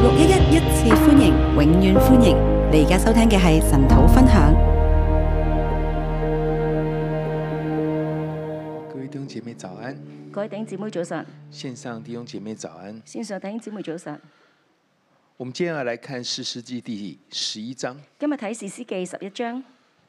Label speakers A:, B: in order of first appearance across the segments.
A: 611一次歡迎，永遠歡迎！你而家收聽嘅係神土分享。
B: 各位弟兄姐妹早安，
C: 各位弟兄姊妹早晨，
B: 線上弟兄姐妹早安。
C: 線上弟兄姊妹早晨。
B: 我們今天要來看士師記第11章。
C: 今日睇士師記11章。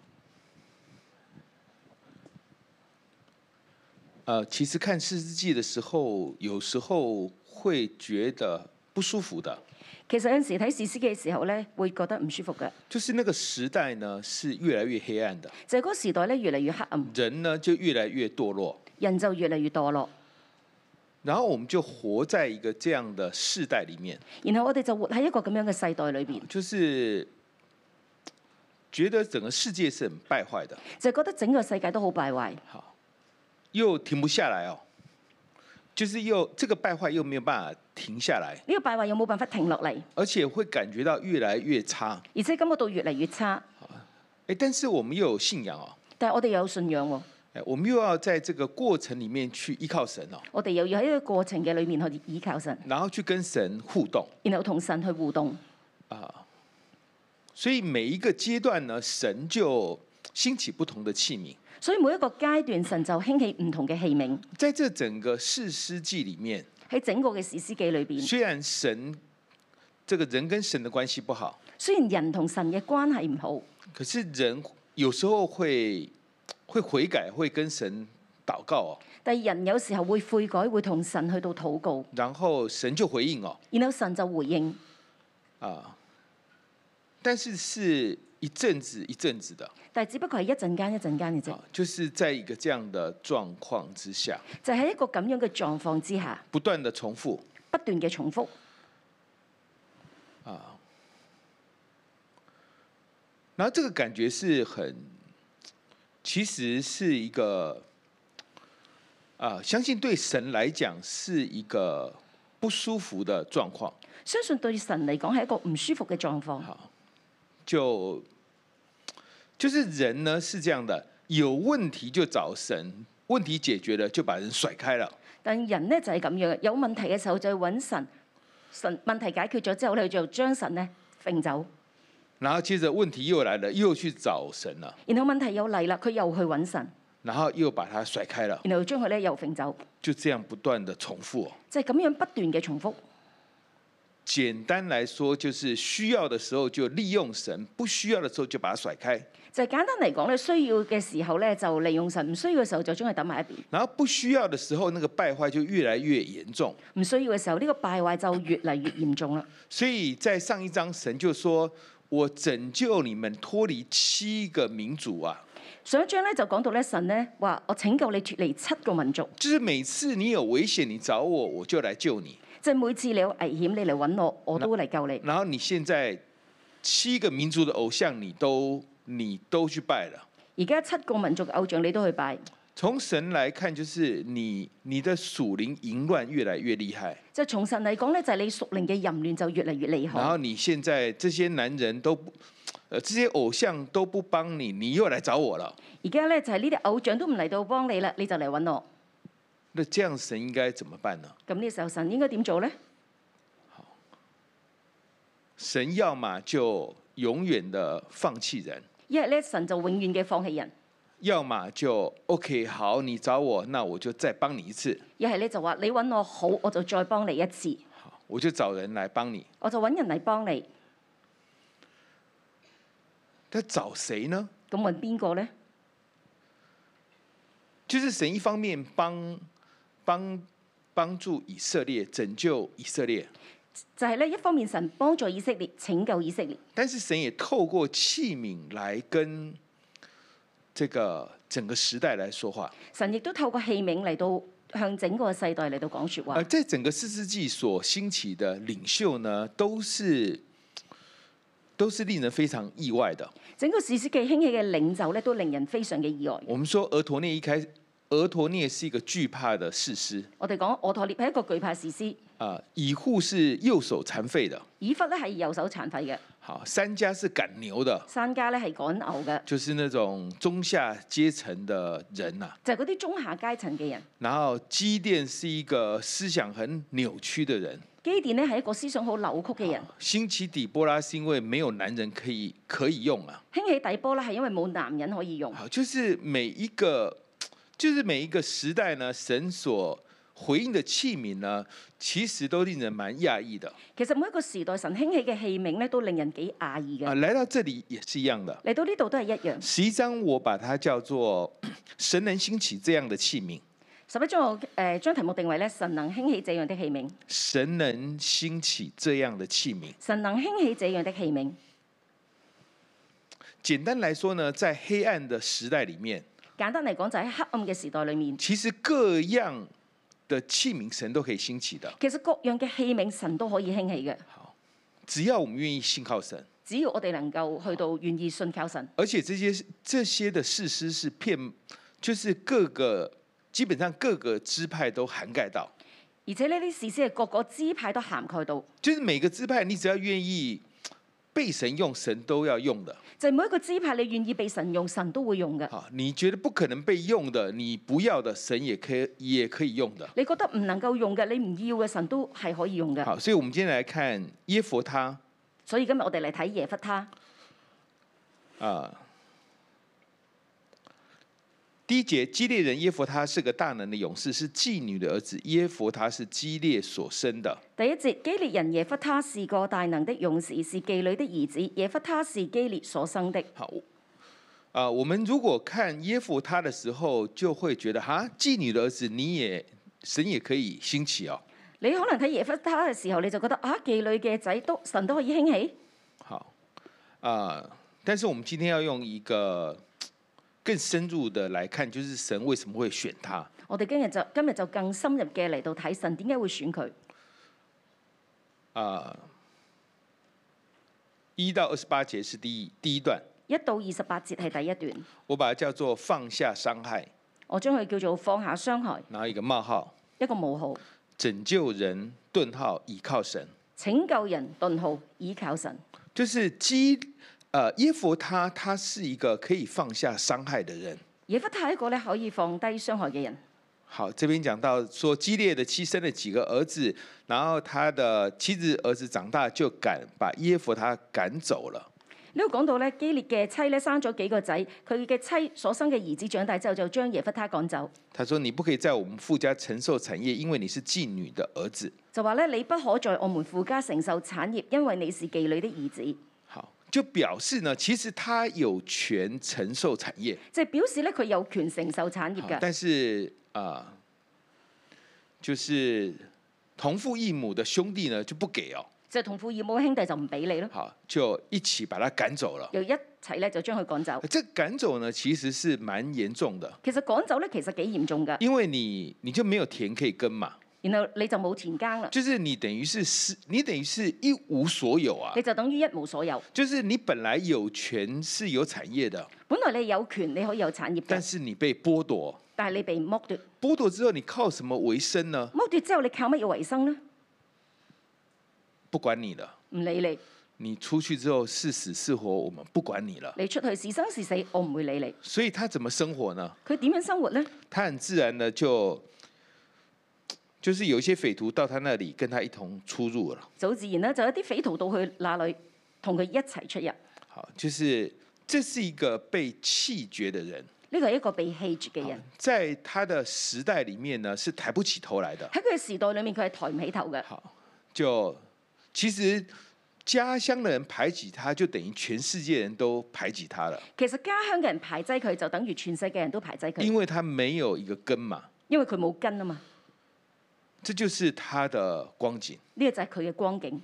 B: 其實看士師記的時候，有時候會覺得不舒服的。
C: 其實有陣時睇士師記嘅時候咧，會覺得唔舒服嘅。
B: 就是那個時代呢，是越來越黑暗的。
C: 就係嗰個時代咧，越嚟越黑暗。
B: 人呢就越來越墮落。
C: 人就越嚟越墮落。
B: 然後我們就活在一個這樣的世代裡面。
C: 然後我哋就活喺一個咁樣嘅世代裏邊。
B: 就是覺得整個世界是很敗壞的。
C: 就覺得整個世界都好敗壞。
B: 好。又停不下來哦，就是這個敗壞又沒有辦法停下來。
C: 呢個敗壞又冇辦法停落嚟，
B: 而且會感覺到越來越差。
C: 而且感覺到越嚟越差。
B: 但是我們又有信仰哦。
C: 但係我哋又有信仰喎。
B: 我們又要在這個過程裡面去依靠神哦。
C: 我哋又要喺呢個過程嘅裏面去依靠神，
B: 然後去跟神互動，
C: 然後同神去互動。
B: 所以每一個階段呢，神就興起不同的器皿。
C: 所以每一個階段，神就興起唔同嘅器皿。
B: 在這整個士師記裡面，
C: 喺整個嘅士師記裏邊，
B: 雖然神這個人跟神的關係不好，
C: 雖然人同神嘅關係唔好，
B: 可是人有時候會悔改，會跟神禱告哦。
C: 但係人有時候會悔改，會同神去到禱告，
B: 然後神就回應哦。
C: 然後神就回應。
B: 但是是一陣子一陣子的，
C: 但係只不過係一陣間嘅啫。
B: 就是在一個這樣的狀況之下，
C: 就喺一個咁樣嘅狀況之下，
B: 不斷的重複，
C: 不斷嘅重複。
B: 然後這個感覺是很，其實是一個，相信對神來講是一個不舒服的狀況。
C: 相信對神嚟講係一個唔舒服嘅狀況。
B: 就是人呢是這樣的，有問題就找神，問題解決了就把人甩開了。
C: 但人呢就係咁樣，有問題嘅時候就去揾神，神問題解決咗之後咧就將神呢揈走。
B: 然後接着問題又來了，又去找神了。
C: 然後問題又嚟啦，佢又去揾神。
B: 然後又把它甩開了。
C: 然後將佢咧又揈走。
B: 就這樣不斷的重複。
C: 就係咁樣不斷嘅重複。
B: 簡單來說，就是需要的時候就利用神，不需要的時候就把它甩開。
C: 就簡單嚟講咧，需要嘅時候咧就利用神，唔需要嘅時候就將佢抌埋一邊。
B: 然後不需要的時候，那個敗壞就越來越嚴重。
C: 唔需要嘅時候，呢個敗壞就越嚟越嚴重啦。
B: 所以在上一章，神就說：我拯救你們脫離7個民族啊。
C: 上一章咧就講到咧，神咧話：我拯救你脫離7個民族。
B: 就是每次你有危險，你找我，我就來救你。
C: 即係每次你有危險，你嚟揾我，我都會嚟救你。
B: 然後你現在7個民族的偶像，你都去拜了。
C: 而家7個民族嘅偶像你都去拜。
B: 從神來看，就是你的屬靈淫亂越來越厲害。
C: 就從神嚟講咧，就係你屬靈嘅淫亂就越嚟越厲害。
B: 然後你現在這些男人都不，這些偶像都不幫你，你又來找我了。
C: 而家咧就係呢啲偶像都唔嚟到幫你啦，你就嚟揾我。
B: 那這樣神應該怎麼辦呢？
C: 咁呢個時候神應該點做呢？
B: 神要麼就永遠的放棄人，
C: 一係咧神就永遠嘅放棄人；
B: 要麼就 OK 好，你找我，那我就再幫你一次。
C: 一係咧就話你揾我好，我就再幫你一次。
B: 好，我就找人來幫你。
C: 我就揾人嚟幫你。
B: 但找誰呢？
C: 咁揾邊個呢？
B: 就是神一方面幫助以色列，拯救以色列，
C: 就係咧一方面神幫助以色列，拯救以色列，
B: 但是神也透過器皿來跟這個整個時代來說話。
C: 神亦都透過器皿嚟到向整個世代嚟到講說話。
B: 在整個士師記所興起的領袖呢，都是令人非常意外的。
C: 整個士師記興起嘅領袖咧，都令人非常嘅意外。
B: 我們說俄陀聶是一個懼怕的士師。
C: 我哋講俄陀聶係一個懼怕士師。
B: 以戶是右手殘廢的。
C: 以弗咧係右手殘廢嘅。
B: 好，珊迦是趕牛的。
C: 珊迦咧係趕牛嘅。
B: 就是那種中下階層的人啊。
C: 就係嗰啲中下階層嘅人。
B: 然後基甸是一個思想很扭曲的人。
C: 基甸呢係一個思想好扭曲嘅人，
B: 興起底波拉是因為沒有男人可以用啊。
C: 興起底波呢係因為冇男人可以用。
B: 好，就是每一個時代呢，神所回應的器皿呢，其實都令人蠻訝異的。
C: 其實每一個時代神興起嘅器皿呢，都令人幾訝異嘅。
B: 啊，來到這裡也是一樣的。
C: 嚟到呢度都係一樣。
B: 11章我把它叫做神能興起這樣的器皿。
C: 11章我將題目定為咧，神能興起這樣的器皿。
B: 神能興起這樣的器皿。
C: 神能興起這樣的器皿。
B: 簡單來說呢，在黑暗的時代裡面，
C: 簡單嚟講就喺黑暗嘅時代裡面，
B: 其實各樣的器皿神都可以興起的。
C: 其實各樣嘅器皿神都可以興起嘅。
B: 好，只要我們願意信靠神，
C: 只要我哋能夠去到願意信靠神，
B: 而且這些的士師是就是基本上各個支派都涵蓋到，
C: 而且呢啲士師係各個支派都涵蓋到，
B: 就是每個支派你只要願意被神用，神都要用的。
C: 就係每一個支派你願意被神用，神都會用嘅。
B: 好，你覺得不可能被用的，你不要的，神也可以用的。
C: 你覺得唔能夠用嘅，你唔要嘅，神都係可以用嘅。
B: 好，所以我們今天來看耶弗他。
C: 所以今日我哋嚟睇耶弗他。
B: 第一節，基列人耶弗他是個大能的勇士，是妓女的兒子。耶弗他是基列所生的。
C: 第一節，基列人耶弗他是個大能的勇士，是妓女的兒子。耶弗他是基列所生的。
B: 好，我們如果看耶弗他的時候，就會覺得哈，妓女的兒子，神也可以興起哦。
C: 你可能睇耶弗他嘅時候，你就覺得啊，妓女嘅仔神都可以興起。
B: 好，但是我們今天要用一個更深入的來看，就是神為什麼會選他。
C: 我哋今日就更深入嘅嚟到睇神點解會選佢。
B: 1到28節是第一段
C: ，1到28節係第一段。
B: 我把它叫做放下傷害，
C: 我將佢叫做放下傷害，
B: 然後一個冒號，
C: 一個冒號，
B: 拯救人頓號倚靠神，
C: 拯救人頓號倚靠神。
B: 就是耶弗他是一個可以放下傷害的人。
C: 耶弗他係一個咧可以放低傷害嘅人。
B: 好，這邊講到說基列的妻生了幾個兒子，然後他的妻子兒子長大就把耶弗他趕走了。
C: 呢度講到咧基列嘅妻咧生咗幾個仔，佢嘅妻所生嘅兒子長大之後就將耶弗他趕走。
B: 他說：你不可以在我們父家承受產業，因為你是妓女的兒子。
C: 就話咧你不可在我們父家承受產業，因為你是妓女的兒子。
B: 好，就表示呢，其實他有權承受產業，
C: 即係表示咧佢有權承受產業嘅。
B: 但是就是同父異母的兄弟呢就不給哦。
C: 即係同父異母嘅兄弟就唔俾你咯。
B: 好，就一起把他趕走了。
C: 又一齊咧就將佢趕走。
B: 這趕走呢，其實是蠻嚴重的。
C: 其實趕走咧其實幾嚴重㗎。
B: 因為你就沒有田可以耕嘛。
C: 然後你就冇田耕啦。
B: 就是你等於是一無所有啊。
C: 你就等於一無所有。
B: 就是你本來有權是有產業的。
C: 本來你有權你可以有產業嘅。
B: 但是你被剝奪。
C: 但係你被剝奪。
B: 剝奪之後你靠什麼為生呢？
C: 剝奪之後你靠乜嘢為生呢？
B: 不管你了。
C: 唔理你。
B: 你出去之後是死是活，我們不管你了。
C: 你出去是生是死，我唔會理你。
B: 所以他怎麼生活呢？
C: 佢點樣生活呢？
B: 他很自然的就是有一些匪徒到他那裡跟他一同出入了。
C: 就自然呢，就一啲匪徒到佢那裡同佢一齊出入。
B: 好，就是這是一個被棄絕的人。
C: 呢個係一個被棄絕嘅人。
B: 在他的時代裡面呢，是抬不起頭來的。
C: 喺佢嘅時代裡面，佢係抬唔起頭嘅。
B: 好，就其實家鄉的人排擠他，就等於全世界人都排擠他了。
C: 其實家鄉嘅人排擠佢，就等於全世界人都排擠佢。
B: 因為他沒有一個根嘛。
C: 因為佢冇根啊嘛。
B: 這就是他的光景。
C: 呢個就係佢嘅光景。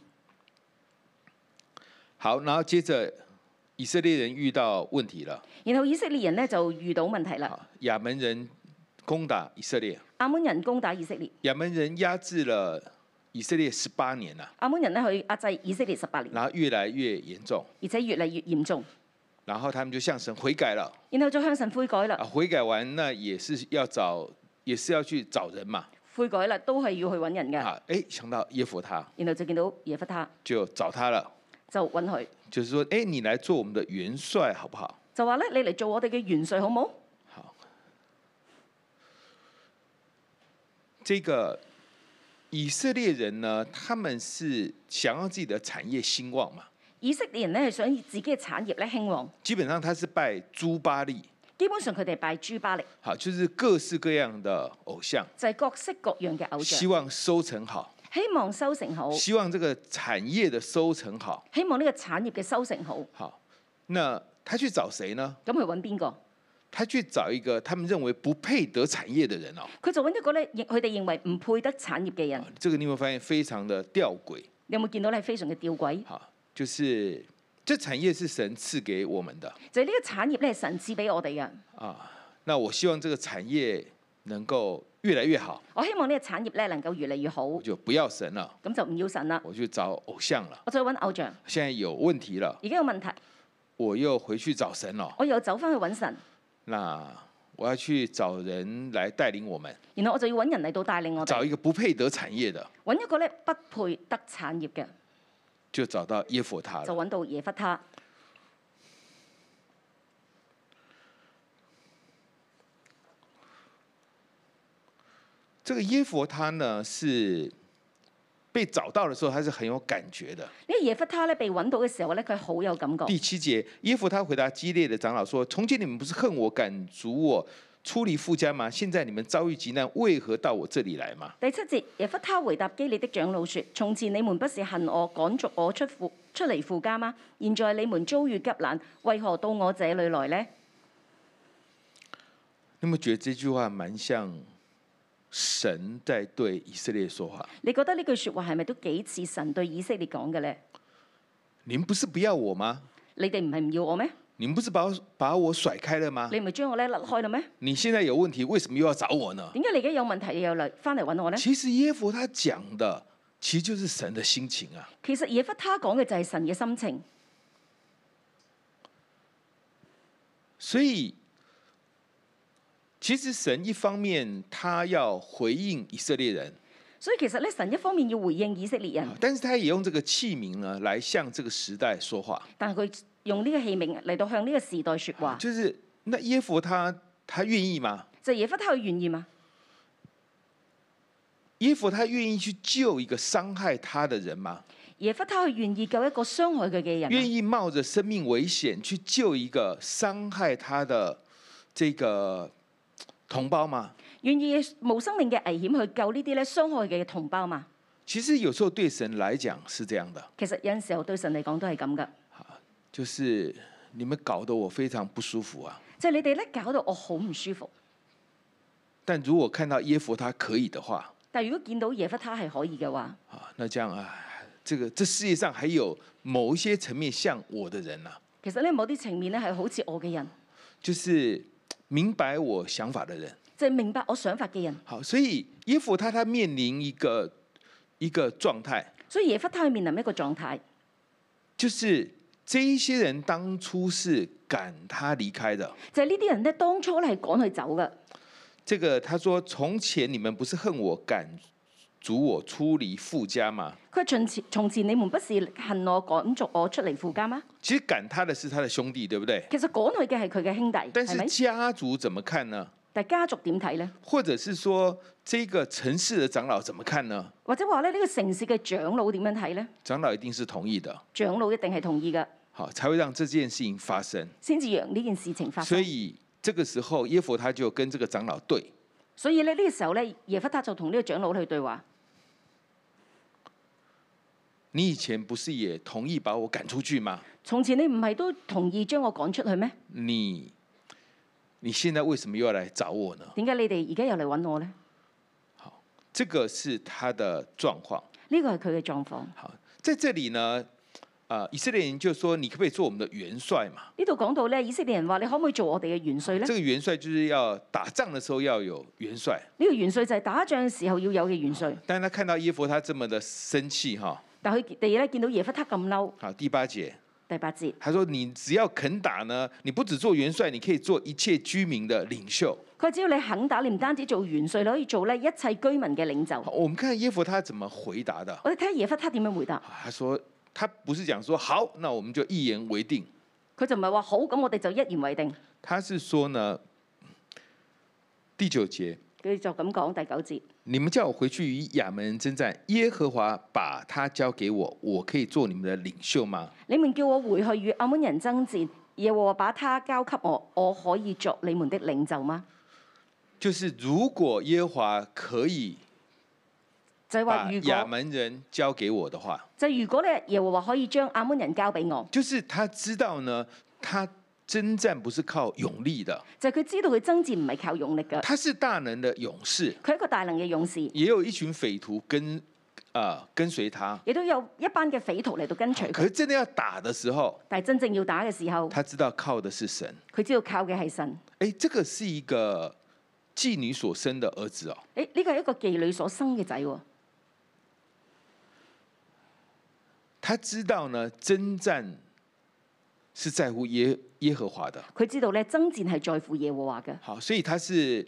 B: 好，然後接着以色列人遇到問題了。
C: 然後以色列人呢就遇到問題啦。
B: 亞門人攻打以色列。
C: 亞門人攻打以色列。
B: 亞門人壓制了以色列18年啦。
C: 亞門人呢去壓制以色列18年。
B: 然後越來越嚴重。
C: 而且越嚟越嚴重。
B: 然後他們就向神悔改了。
C: 然後就向神悔改啦。
B: 悔改完，那也是要去找人嘛。
C: 悔改啦，都係要去揾人嘅。
B: 想到耶弗他。
C: 然後就見到耶弗他。
B: 就找他了。
C: 就揾佢。
B: 就是說，你來做我們的元帥，好不好？
C: 就話咧，你嚟做我哋嘅元帥，好冇？
B: 好。這個以色列人呢，他們是想要自己的產業興旺嘛。
C: 以色列人咧係想自己嘅產業咧興旺，
B: 基本上他是拜諸巴力，
C: 基本上佢哋拜諸巴力，
B: 好，就是各式各樣的偶像，
C: 就係各式各樣嘅偶像，
B: 希望收成好，
C: 希望收成好，
B: 希望這個產業的收成好，
C: 希望呢個產業嘅收成好。
B: 好，那他去找誰呢？
C: 咁佢揾邊個？
B: 他去找一個他們認為不配得產業的人哦。
C: 佢就揾一個咧，佢哋認為唔配得產業嘅人。
B: 這個你有冇發現非常的弔詭？
C: 你有冇見到咧？係非常嘅吊詭。
B: 好，就是這產業是神賜給我們的，
C: 就係呢個產業咧，係神賜俾我哋嘅。
B: 啊，那我希望這個產業能夠越來越好。
C: 我希望呢個產業咧能夠越嚟越好。
B: 我就不要神了，
C: 咁就唔要神啦，
B: 我去找偶像了。
C: 我再揾偶像。
B: 現在有問題了，
C: 而家有問題，
B: 我又回去找神了。
C: 我又走翻去揾神，
B: 那我要去找人來帶領我們，
C: 然後我就要揾人嚟到帶領我哋，
B: 找一個不配得產業的，
C: 揾一個咧不配得產業嘅，
B: 就找到耶弗他了。
C: 就揾到耶弗他。
B: 這個耶弗他呢，是被找到的時候，他是很有感覺的。
C: 呢個耶弗他咧被揾到嘅時候咧，佢好有感覺。
B: 第7節，耶弗他回答基列的長老說：從前你們不是恨我、趕逐我出離父家嗎？現在你們遭遇急難，為何到我這裡來嗎？
C: 第7節，耶弗他回答基列的長老說：從前你們不是恨我、趕逐我出離父家嗎？現在你們遭遇急難，為何到我這裡來呢？
B: 你有冇覺得這句話蠻像神在對以色列說話？
C: 你覺得呢句説話係咪都幾似神對以色列講嘅呢？
B: 你們不是不要我嗎？
C: 你哋唔係唔要我咩？
B: 你們不是把我甩開了嗎？
C: 你唔係將我咧甩開啦咩？
B: 你現在有問題，為什麼又要找我呢？
C: 點解你而家有問題你又嚟翻嚟揾我呢？
B: 其實耶弗他講的，其實就是神的心情啊。
C: 其實耶弗他講嘅就係神嘅心情，
B: 所以其實神一方面他要回應以色列人，
C: 所以其實咧神一方面要回應以色列人，
B: 但是他也用這個器皿呢，來向這個時代說話。
C: 但係佢用呢個器皿嚟到向呢個時代説話。
B: 就是那耶弗他願意嗎？
C: 就耶弗他佢願意嗎？
B: 耶弗他願意去救一個傷害他的人嗎？
C: 耶弗他佢願意救一個傷害佢嘅人嗎？
B: 願意冒着生命危險去救一個傷害他的這個同胞嗎？
C: 願意冒生命嘅危險去救呢啲咧傷害嘅同胞嘛？
B: 其實有時候對神來講是這樣的，
C: 其實有陣時候對神嚟講都係咁噶，
B: 就是你們搞得我非常不舒服啊！
C: 即係你哋咧搞到我好唔舒服。
B: 但如果看到耶弗他可以的話，
C: 但係如果見到耶弗他係可以嘅話，
B: 啊，那這樣啊，這世界上還有某一些層面像我的人啊，
C: 其實咧某啲層面咧係好似我嘅人，
B: 就是明白我想法的人，
C: 即係明白我想法嘅人。
B: 好，所以耶弗他面臨一個狀態，
C: 所以耶弗他去面臨一個狀態，
B: 就是這一些人當初是趕他離開的，
C: 就係呢啲人咧當初咧係趕佢走嘅。
B: 這個他說：從前你們不是恨我、趕逐我出離父家嗎？
C: 佢話從前你們不是恨我、趕逐我出離父家嗎？
B: 其實趕他的是他的兄弟，對不對？
C: 其實趕佢嘅係佢嘅兄弟，
B: 但是
C: 係咪？
B: 家族怎麼看呢？
C: 但係家族點睇呢？
B: 或者是說，這個城市的長老怎麼看呢？
C: 或者話咧呢個城市嘅長老點樣睇呢？
B: 長老一定是同意的，
C: 長老一定係同意嘅，
B: 好，才會讓這件事情發生。
C: 先至讓呢件事情發生。
B: 所以這個時候耶弗他就跟這個長老對，
C: 所以咧呢個時候咧，耶弗他就同呢個長老去對話。
B: 你以前不是也同意把我趕出去嗎？
C: 從前你唔係都同意將我趕出去咩？
B: 你現在為什麼又要來找我呢？
C: 點解你哋而家又嚟揾我呢？
B: 好，這個是他的狀況。
C: 呢個係佢嘅狀況。
B: 好，在這裡呢，以色列人就說：你可不可以做我們的元帥嘛？
C: 呢度講到咧，以色列人話：你可唔可以做我哋嘅元帥呢？
B: 這個元帥就是要打仗的時候要有元帥。
C: 呢個元帥就係打仗嘅時候要有嘅元帥。
B: 但係他看到耶弗他這麼的生氣哈，
C: 但係佢哋咧見到耶弗他咁嬲。
B: 好，第8節。
C: 第8節，
B: 他說：你只要肯打呢，你不只做元帥，你可以做一切居民的領袖。
C: 佢只要你肯打，你唔單止做元帥，你可以做咧一切居民嘅領袖。
B: 我們看耶弗他怎麼回答的。
C: 我哋睇下耶弗他點樣回答。
B: 他說：他不是講說好，那我們就一言為定。
C: 佢就唔係話好，咁我哋就一言為定。
B: 他是說呢，第9節，
C: 佢就咁講第9節。
B: 你們叫我回去與亞捫人征戰，耶和華把他交給我，我可以做你們的領袖嗎？
C: 你們叫我回去與亞捫人爭戰，耶和華把他交給我，我可以作你們的領袖嗎？
B: 就是如果耶和華可以
C: 就係話
B: 把
C: 如果
B: 亞捫人交給我的話，
C: 就如果咧耶和華可以將亞捫人交俾我，
B: 就是他知道呢，他征戰不是靠勇力的，
C: 就係佢知道佢爭戰唔係靠勇力嘅，
B: 他是大能的勇士，
C: 佢係一個大能嘅勇士，
B: 也有一群匪徒跟隨他。
C: 亦都有一班嘅匪徒嚟到跟隨佢。
B: 可是真的要打的時候，
C: 但係真正要打嘅時候，
B: 他知道靠的是神。
C: 佢知道靠嘅係神。
B: 這個是一個妓女所生的兒子哦。
C: 呢個係一個妓女所生嘅仔喎。
B: 他知道呢，征戰是在乎耶和華的。
C: 佢知道咧，爭戰係在乎耶和華嘅。
B: 好，所以他是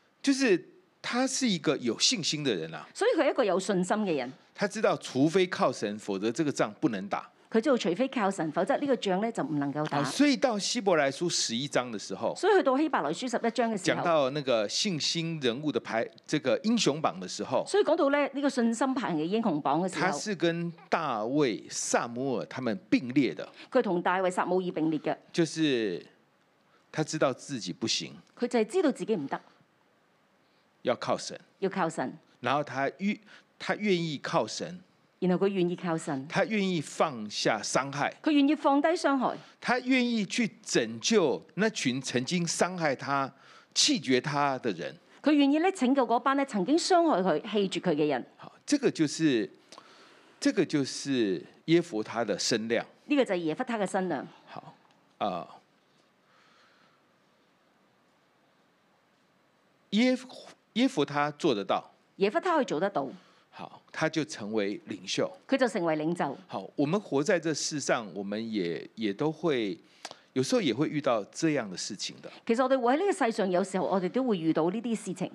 B: 一個有信心的人啊。
C: 所以佢係一個有信心嘅人。
B: 他知道，除非靠神，否則這個仗不能打。
C: 佢知道，除非靠神，否則呢個仗咧就唔能夠打。
B: 所以到希伯來書11章的時候，
C: 所以去到希伯來書11章嘅時候，
B: 講到那個信心人物的這個英雄榜的時候，
C: 所以講到咧呢個信心排行嘅英雄榜嘅時候，
B: 他是跟大衛、撒母耳他們並列的。
C: 佢同大衛、撒母耳並列嘅，
B: 就是他知道自己不行，
C: 佢就係知道自己唔得，
B: 要靠神，
C: 要靠神，
B: 然後他願意靠神。
C: 然後佢願意靠神，
B: 他願意放下傷害，
C: 佢願意放低傷害，
B: 他願意去拯救那群曾經傷害他、棄絕他的人。
C: 佢願意咧拯救嗰班咧曾經傷害佢、棄絕佢嘅人。
B: 好，這個就是耶弗他的身量。
C: 呢個就係耶弗他嘅身量。
B: 好耶弗他做得到，
C: 耶弗他可以做得到。
B: 好，他就成為領袖。
C: 佢就成為領袖。
B: 好，我們活在這世上，我們也都會，有時候也會遇到這樣的事情的。
C: 其實我哋活喺呢個世上，有時候我哋都會遇到呢啲事情。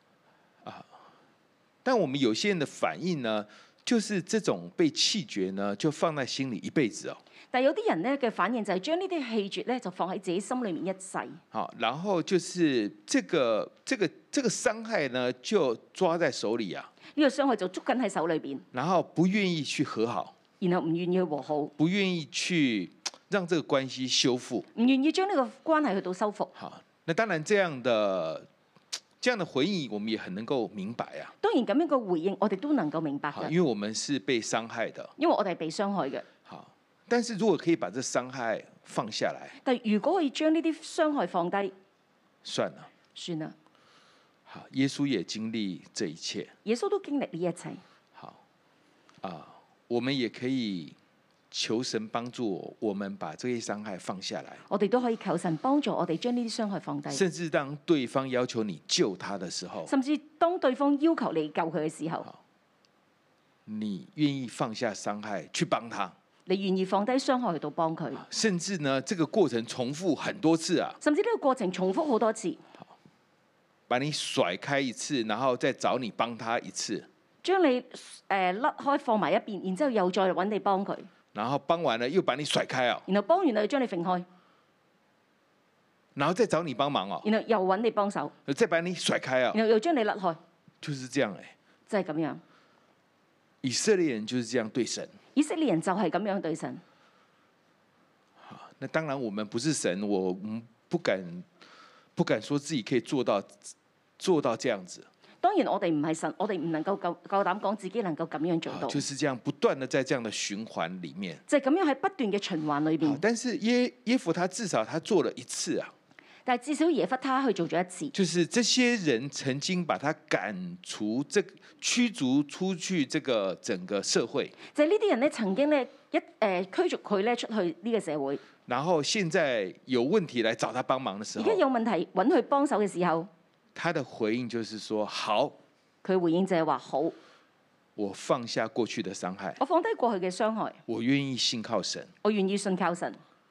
B: 但我們有些人的反應呢，就是這種被棄絕呢，就放在心裡一輩子哦。
C: 但係有啲人呢嘅反應就係將呢啲棄絕咧，就放喺自己心裡面一世。
B: 好，然後就是這個傷害呢，就抓在手裡啊。
C: 呢個傷害就捉緊喺手裏邊，
B: 然後不願意去和好，
C: 然後唔願意去和好，
B: 不願意去讓這個關係修復，
C: 唔願意將呢個關係去到修復。
B: 好，那當然這樣的回應，我們也很能夠明白啊。
C: 當然咁樣嘅回應，我哋都能夠明白嘅，
B: 因為我們是被傷害的，
C: 因為我哋係被傷害嘅。
B: 好，但是如果可以把這傷害放下來，
C: 但係如果可以將呢啲傷害放低，
B: 算了，
C: 算啦。
B: 好，耶穌也經歷這一切，
C: 耶穌都經歷呢一切。
B: 好，我們也可以求神幫助我們把這些傷害放下來。
C: 我哋都可以求神幫助我哋將呢啲傷害放低。
B: 甚至當對方要求你救他的時候，
C: 甚至當對方要求你救佢嘅時候，
B: 你願意放下傷害去幫他。
C: 你願意放低傷害去到幫佢。
B: 甚至呢，這個過程重複很多次啊。
C: 甚至呢個過程重複好多次。
B: 把你甩開一次，然後再找你幫他一次。
C: 將你甩開放埋一邊，然之後又再揾你幫佢。
B: 然後幫完了又把你甩開啊。
C: 然後幫完啦，又將你揈開。
B: 然後再找你幫忙哦。
C: 然後又揾你幫手。
B: 再把你甩開啊。
C: 然後又將你甩開。
B: 就是這樣誒。
C: 就係咁樣。
B: 以色列人就是這樣對神。
C: 以色列人就係咁樣對神。
B: 好，那當然我們不是神，我們不敢說自己可以做到這樣子。
C: 當然我哋唔係神，我哋唔能夠夠膽講自己能夠咁樣做到。
B: 就是這樣不斷的在這樣的循環裡面。
C: 就係咁樣喺不斷嘅循環裏邊。
B: 但是耶弗他至少他做了一次啊。
C: 但係至少耶弗他去做咗一次。就是
B: 這些人曾經把他驅逐出去這個整個社會。
C: 就係呢啲人咧，曾經咧驅逐佢咧出去呢個社會。
B: 然後現在有問題來找他幫忙的時候，
C: 而家有問題揾佢幫手嘅時候，
B: 他的回應就是說：好。
C: 佢回應就係話好，
B: 我放下過去的傷害，
C: 我放低過去嘅傷害，
B: 我願意信靠神，
C: 我願意信靠神，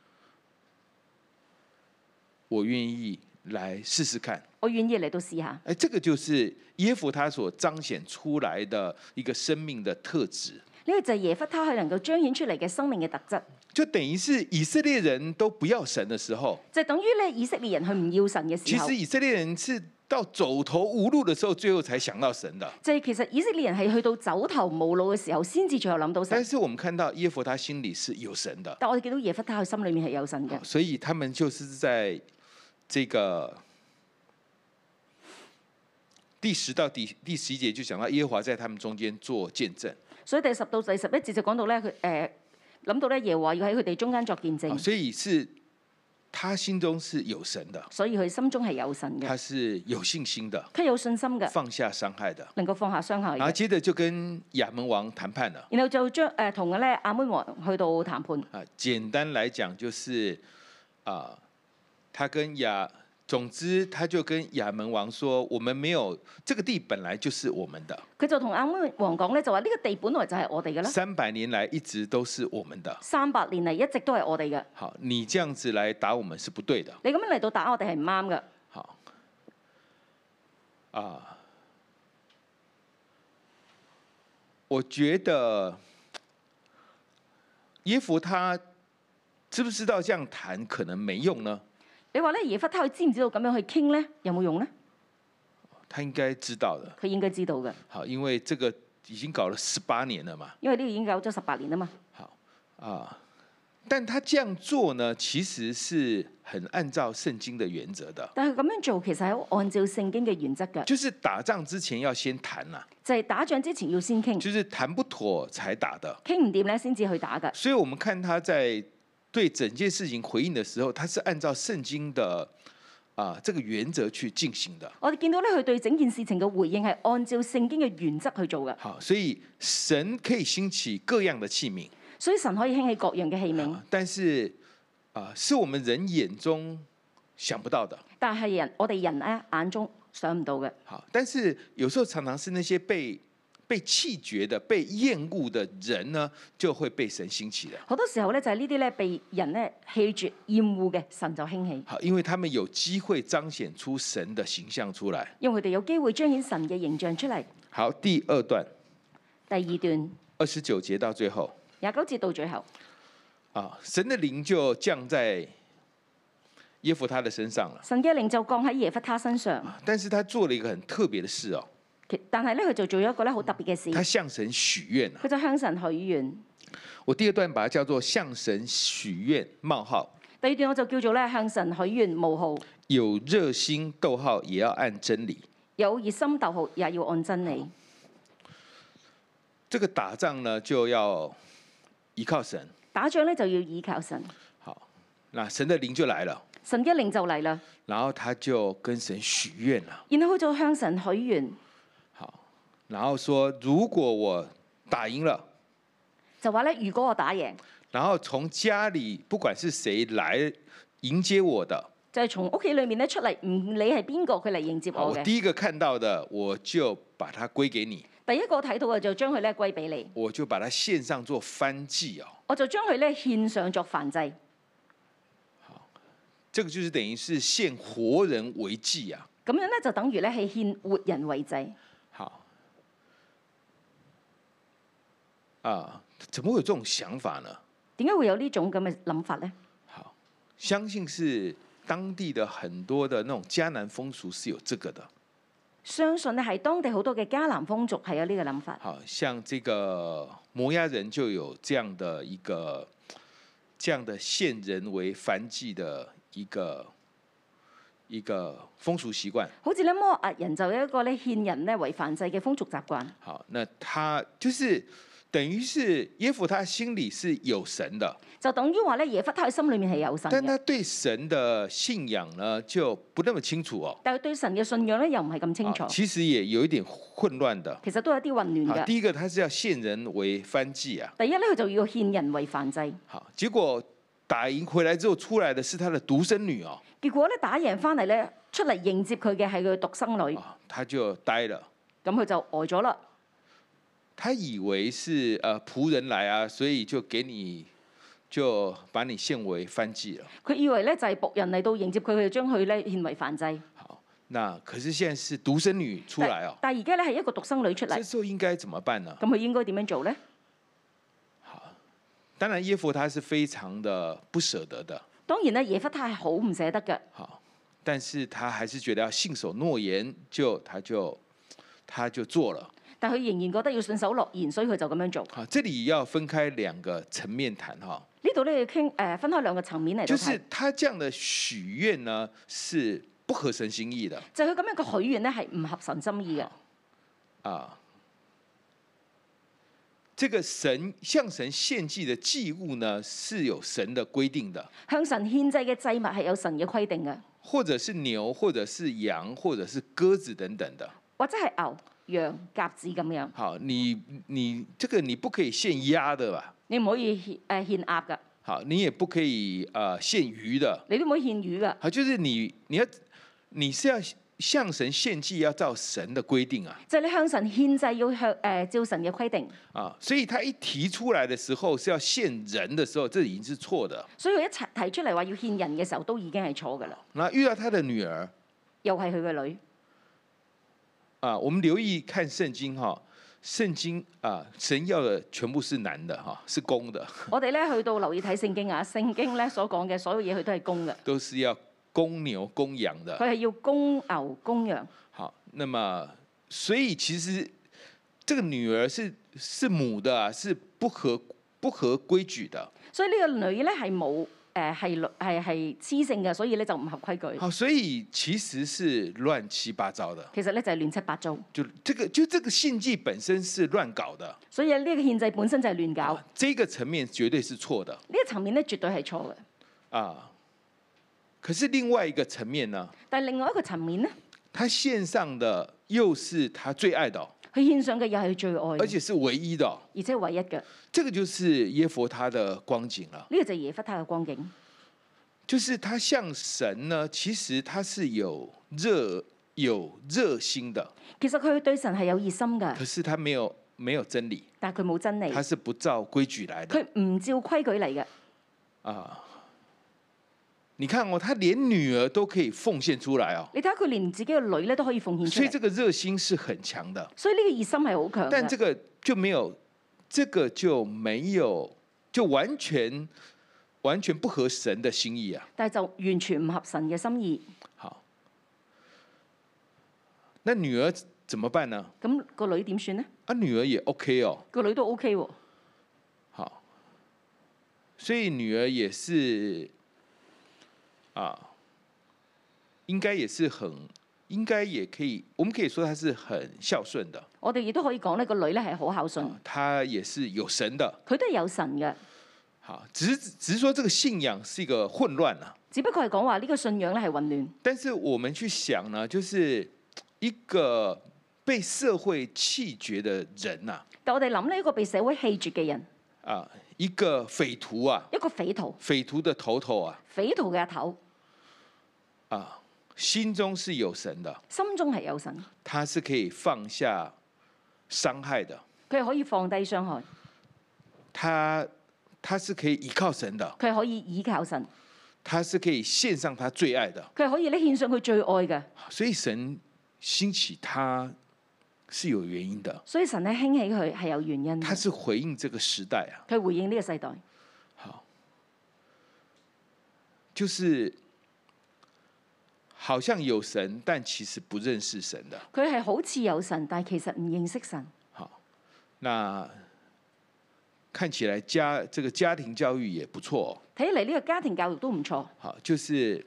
B: 我願意來試試看，
C: 我願意嚟到試下。
B: 這個就是耶弗他所彰顯出來的一個生命的特質。
C: 呢個就係耶弗他係能夠彰顯出嚟嘅生命嘅特質。
B: 就等於是以色列人都不要神的時候，
C: 就等於咧以色列人佢唔要神嘅時候。
B: 其實以色列人是到走投無路的時候，最後才想到神的。
C: 就係其實以色列人係去到走投無路嘅時候，先至最後諗到神。
B: 但是我們看到耶弗他心裡是有神的，
C: 但我哋見到耶弗他佢心裡面係有神嘅，
B: 所以他們就是在這個第10到第11節就講到耶和華在他們中間做見證。
C: 所以第10到第11節就講到咧，佢諗到咧耶和華要喺佢哋中間作見證，
B: 所以是他心中是有神的，
C: 所以佢心中係有神嘅，
B: 他是有信心的，
C: 佢有信心嘅，
B: 放下傷害的，
C: 能夠放下傷害嘅。
B: 然後接着就跟亞門王談判了。
C: 然後就將同嘅咧亞捫王去到談判。
B: 簡單來講就是他跟總之他就跟亞門王說：我們沒有這個地本來就是我們的。
C: 佢就同亞捫王講咧，就話呢個地本來就係我哋嘅啦。
B: 300年來一直都是我們的。
C: 300年嚟一直都係我哋嘅。
B: 好，你這樣子來打我們是不對的。
C: 你咁樣嚟到打我哋係唔啱嘅。
B: 好，我覺得耶弗他知不知道這樣談可能沒用呢？
C: 你話咧耶弗他佢知唔知道咁樣去傾咧有冇用咧？
B: 他應該知道的。
C: 佢應該知道嘅。
B: 好，因為這個已經搞了18年了嘛。
C: 因為呢個已經搞咗18年啊嘛。
B: 好但他這樣做呢，其實是很按照聖經的原則的。
C: 但係咁樣做其實係按照聖經嘅原則嘅。
B: 就是打仗之前要先談啦。
C: 就係打仗之前要先傾。
B: 就是談不妥才打的。
C: 傾唔掂咧先至去打嘅。
B: 所以我們看他在對整件事情回應的時候，他是按照聖經的這個原則去進行的。
C: 我哋見到咧，佢對整件事情嘅回應係按照聖經嘅原則去做嘅。
B: 好，所以神可以興起各樣的器皿。
C: 所以神可以興起各樣嘅器皿。
B: 但是是我們人眼中想不到的。
C: 但係我哋人咧眼中想唔到嘅。
B: 好，但是有時候常常是那些被棄絕的、被厭惡的人呢，就會被神興起的。
C: 好多時候咧，就係呢啲咧被人咧棄絕、厭惡嘅，神就興起。
B: 好，因為他們有機會彰顯出神的形象出來。
C: 因為佢哋有機會彰顯神嘅形象出嚟。
B: 好，第2段。
C: 第2段。
B: 29節到最後。
C: 29節到最後。
B: 神的靈就降在耶弗他的身上了。
C: 神嘅靈就降喺耶弗他身上。
B: 但是他做了一個很特別的事哦。
C: 但係咧，佢就做咗一個咧好特別嘅事。
B: 他向神許願。
C: 佢就向神許願。
B: 我第2段把它叫做向神許願冒號。
C: 第2段我就叫做咧向神許願冒號。
B: 有熱心逗號也要按真理。
C: 有熱心逗號也要按真理。
B: 這個打仗呢就要依靠神。
C: 打仗咧就要依靠神。
B: 好，那神的靈就來了。
C: 神嘅靈就嚟啦。
B: 然後他就跟神許願啦。
C: 然後佢就向神許願。
B: 然後說如果我打贏了，
C: 就話咧如果我打贏，
B: 然後從家裏不管是誰來迎接我的，
C: 就係從屋企裏面咧出嚟，唔理係邊個佢嚟迎接我嘅。
B: 我第一個看到的，我就把它歸給你。
C: 第一個睇到嘅就將佢咧歸俾你。
B: 我就把它獻上做燔祭哦。
C: 我就將佢咧獻上作燔祭。
B: 好，這個就是等於是獻活人為祭啊。
C: 咁樣咧就等於咧係獻活人為祭。
B: 好。怎麼會有這種想法呢？
C: 點解會有呢種咁嘅諗法呢？
B: 好，相信是當地的很多的那種迦南風俗是有這個的。
C: 相信咧係當地好多嘅迦南風俗係有呢個諗法。
B: 好像這個摩押人就有這樣的一個這樣的獻人為燔祭的一個風俗習慣。
C: 好似咧摩押人就有一個咧獻人咧為燔祭嘅風俗習慣。
B: 好，那他就是。等於是耶弗他心裡是有神的，
C: 就等於話咧耶弗他心裏面係有神嘅，
B: 但他對神的信仰呢就不那麼清楚哦。
C: 但係對神嘅信仰咧又唔係咁清楚。
B: 其實也有一點混亂的。
C: 其實都有啲混亂嘅。
B: 第一個，他是要獻人為燔祭啊。
C: 第一咧，佢就要獻人為燔祭。
B: 好，結果打贏回來之後，出來的是他的獨生女哦。
C: 結果咧打贏翻嚟咧，出嚟迎接佢嘅係佢獨生女。
B: 他就呆了。
C: 咁佢就呆咗啦。
B: 他以為是僕人來啊，所以就給你，就把你獻為燔祭了。
C: 佢以為咧就係僕人嚟到迎接佢，佢就將佢咧獻為燔祭。
B: 好，那可是現在是獨生女出來哦。
C: 但係而家咧係一個獨生女出嚟。
B: 這時候應該怎麼辦呢？
C: 咁佢應該點樣做咧？
B: 好，當然耶弗他是非常的不捨得的。
C: 當然咧，耶弗他係好唔捨得嘅。
B: 好， 但是他还是觉得要信守諾言，他就做了。
C: 但佢仍然覺得要信守諾言，所以佢就咁樣做。
B: 好，這裡要分開兩個層面談哈。
C: 呢度咧要傾分開兩個層面嚟到睇。
B: 就是他這樣的許願呢，是不合神心意的。
C: 就佢咁樣嘅許願咧，係唔合神心意嘅。
B: 啊，這個向神獻祭的祭物呢，是有神的規定的。
C: 向神獻祭嘅祭物係有神嘅規定嘅，
B: 或者是牛，或者是羊，或者是鴿子等等的。
C: 或者係牛、羊、鴿子咁樣。
B: 好，你這個你不可以獻鴨的吧？
C: 你唔可以獻鴨噶。
B: 好，你也不可以獻魚的。
C: 你都唔可以獻魚噶。
B: 好，就是你是要向神獻祭，要照神的規定啊。
C: 就係你向神獻祭要照神嘅規定。
B: 啊，所以他一提出來的時候是要獻人的時候，這已經是錯的。
C: 所以佢一齊提出嚟話要獻人嘅時候，都已經係錯噶啦。
B: 那遇到他的女兒，
C: 又係佢嘅女。
B: 啊，我們留意看聖經哈，聖經啊，神要的全部是男的哈，是公的。
C: 我哋咧去到留意睇聖經啊，聖經咧所講嘅所有嘢，佢都係公嘅。
B: 都是要公牛公羊的。
C: 佢係要公牛公羊。
B: 好，那麼所以其實這個女兒是母的啊，是不合規矩的。
C: 所以呢個女咧係冇係雌性嘅，所以咧就唔合規矩。
B: 好，所以其實是亂七八糟的。
C: 其實咧就係亂七八糟。
B: 就這個獻祭本身是亂搞的。
C: 所以呢個獻祭本身就係亂搞。
B: 這個層面絕對是錯的。
C: 呢個層面咧絕對係錯嘅。
B: 啊，可是另外一個層面呢？
C: 但係另外一個層面呢？
B: 他獻上的又是他最愛的。
C: 佢獻上嘅又係最愛，
B: 而且是唯一的，
C: 而且係唯一嘅。
B: 這個就是耶弗他的光景了。
C: 呢個就係耶弗他嘅光景，
B: 就是他向神呢，其實他是有熱心的。
C: 其實佢對神係有熱心嘅，
B: 可是他沒有真理，
C: 但係佢冇真理，
B: 他是不照規矩來的。
C: 佢唔照規矩嚟嘅。
B: 啊，你看哦，他連女兒都可以奉獻出來哦。
C: 你睇下佢連自己嘅女咧都可以奉獻出嚟，
B: 所以這個熱心是很強的。
C: 所以呢個熱心係好強嘅。
B: 但這個就沒有，就完全不合神的心意啊。
C: 但係就完全唔合神嘅心意。
B: 好，那女兒怎麼辦呢？
C: 咁個女點算呢？
B: 啊，女兒也 OK 哦。
C: 個女都 OK 喎。
B: 好，所以女兒也是。應該也可以，我們可以說他是很孝順的。
C: 我哋亦都可以講呢個女咧係好孝順，
B: 他也是有神的，
C: 佢都係有神嘅。
B: 好，只是說這個信仰是一個混亂啊。
C: 只不過係講話呢個信仰咧係混亂。
B: 但是我們去想呢，就是一個被社會棄絕的人啊。
C: 但我哋諗呢一個被社會棄絕嘅人，
B: 一個匪徒啊，
C: 一個匪徒，
B: 匪徒的頭啊，
C: 匪徒嘅阿頭。
B: 心中是有神的，
C: 心中係有神，
B: 他是可以放下傷害的，
C: 佢係可以放低傷害，
B: 他是可以依靠神的，
C: 佢係可以倚靠神，
B: 他是可以獻上他最愛的，
C: 佢係可以咧獻上佢最愛嘅。
B: 所以神興起他是有原因的，
C: 所以神咧興起佢係有原因，
B: 他是回應這個時代啊，
C: 佢回應呢個世代。
B: 好，就是好像有神，但其實不認識神的。
C: 佢係好似有神，但係其實唔認識神。
B: 好，那看起來這個家庭教育也不錯哦。
C: 睇嚟呢個家庭教育都唔錯。
B: 好，就是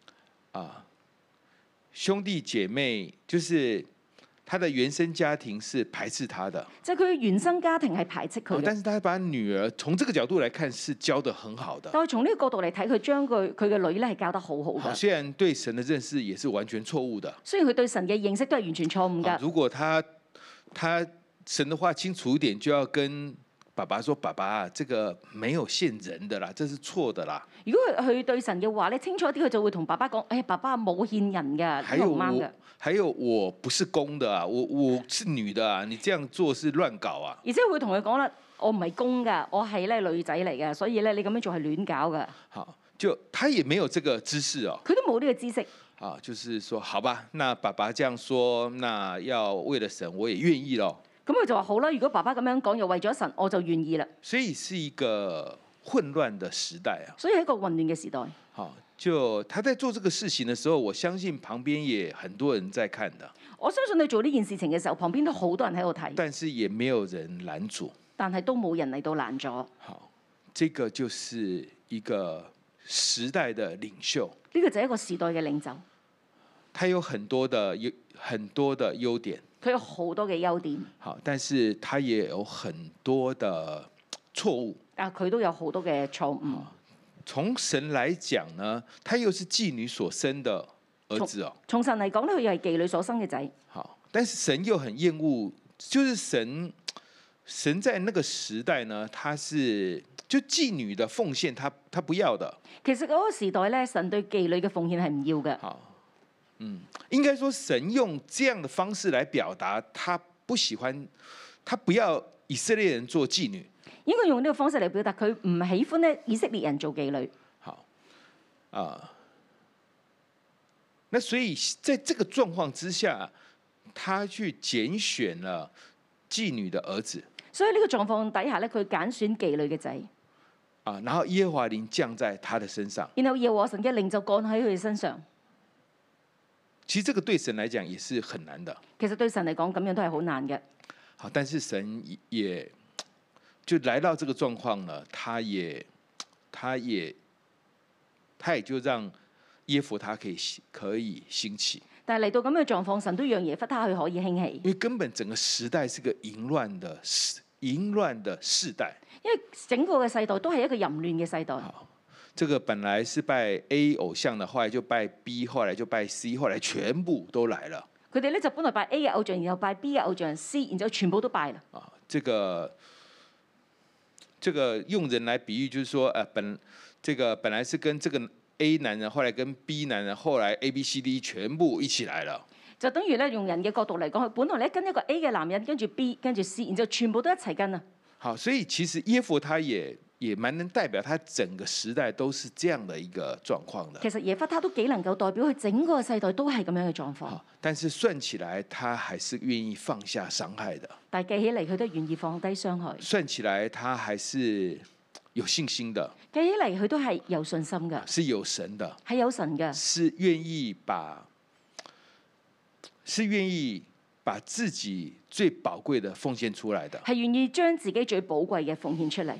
B: 兄弟姐妹，就是他的原生家庭是排斥他的，
C: 即係佢原生家庭係排斥佢嘅。
B: 但是他把女兒從這個角度來看是教得很好的。
C: 但係從呢個角度嚟睇，佢將佢嘅女咧係教得好好嘅。
B: 雖然對神的認識也是完全錯誤的。
C: 雖然佢對神嘅認識都係完全錯誤㗎。
B: 如果他神的話清楚一點，就要跟爸爸說：爸爸，這個沒有獻人的啦，這是錯的啦。
C: 如果佢對神嘅話咧清楚啲，佢就會同爸爸講：哎，爸爸冇獻人㗎，呢個唔啱嘅。
B: 還有我不是公的啊，我是女的啊，你這樣做是亂搞啊。
C: 而且會同佢講啦，我唔係公㗎，我係咧女仔嚟嘅，所以咧你咁樣做係亂搞㗎。
B: 好，就他也沒有這個知識哦。
C: 佢都冇呢個知識。
B: 啊，就是說，好吧，那爸爸這樣說，那要為了神，我也願意咯。
C: 咁佢就話好啦，如果爸爸咁樣講，又為咗神，我就願意啦。
B: 所以是一個混亂的時代啊。
C: 所以係一個混亂嘅時代。
B: 好，就他在做這個事情的時候，我相信旁邊也很多人在看的，
C: 我相信你做呢件事情嘅時候，旁邊都好多人喺度睇，
B: 但是也沒有人攔阻。
C: 但係都冇人嚟到攔咗。
B: 好，這個就是一個時代的領袖，
C: 呢個就係一個時代嘅領袖，
B: 他有很多的優點，
C: 佢有好多嘅優點，
B: 好，但是他也有很多的錯誤。
C: 但係佢都有好多嘅錯誤。
B: 從神來講呢，他又是妓女所生的兒子哦。
C: 從神嚟講咧，佢又係妓女所生嘅仔。
B: 好，但是神又很厭惡，就是神在那個時代呢，他是就妓女的奉獻他不要的。
C: 其實嗰個時代咧，神對妓女嘅奉獻係唔要嘅。
B: 好，應該說神用這樣的方式來表達，他不喜歡，他不要以色列人做妓女。
C: 應該用呢個方式嚟表達佢唔喜歡咧以色列人做妓女。
B: 好那所以在這個狀況之下，他去揀選了妓女的兒子。
C: 所以呢個狀況底下咧，佢揀選妓女嘅仔。
B: 然後耶和華靈降在他的身上。
C: 然後耶和華神嘅靈就降喺佢身上。
B: 其實這個對神來講也是很難的。
C: 其實對神嚟講，咁樣都係好難嘅。
B: 好，但是神也就來到這個狀況呢，他也就讓耶弗他可以興起。
C: 但係嚟到咁嘅狀況，神都讓耶弗他去可以興起。
B: 因為根本整個時代是個淫亂的世代。
C: 因為整個嘅世代都係一個淫亂嘅世代。
B: 好，這個本來是拜 A 偶像的，後來就拜 B， 後來就拜 C， 後來全部都來了。
C: 佢哋咧就本來拜 A 嘅偶像，然後拜 B 嘅偶像 C， 然之後全部都拜啦。
B: 這個用人來比喻，就是說，本來是跟這個 A 男人，後來跟 B 男人，後來 A、B、C、D 全部一起來了。
C: 就等於咧用人嘅角度嚟講，佢本來咧跟一個 A 嘅男人，跟住 B， 跟住 C， 然之後全部都一齊跟啊。
B: 好，所以其實耶弗他也蠻能代表他整個時代都是這樣的一個狀況的。
C: 其實耶弗他都幾能夠代表佢整個世代都係咁樣嘅狀況。
B: 但是算起來，他還是願意放下傷害的。
C: 但係記起嚟，佢都願意放低傷害。
B: 算起來，他還是有信心的。
C: 記起嚟，佢都係有信心嘅，
B: 是有神的，
C: 係有神嘅，
B: 是願意把自己最寶貴的奉獻出來的，
C: 係願意將自己最寶貴嘅奉獻出嚟。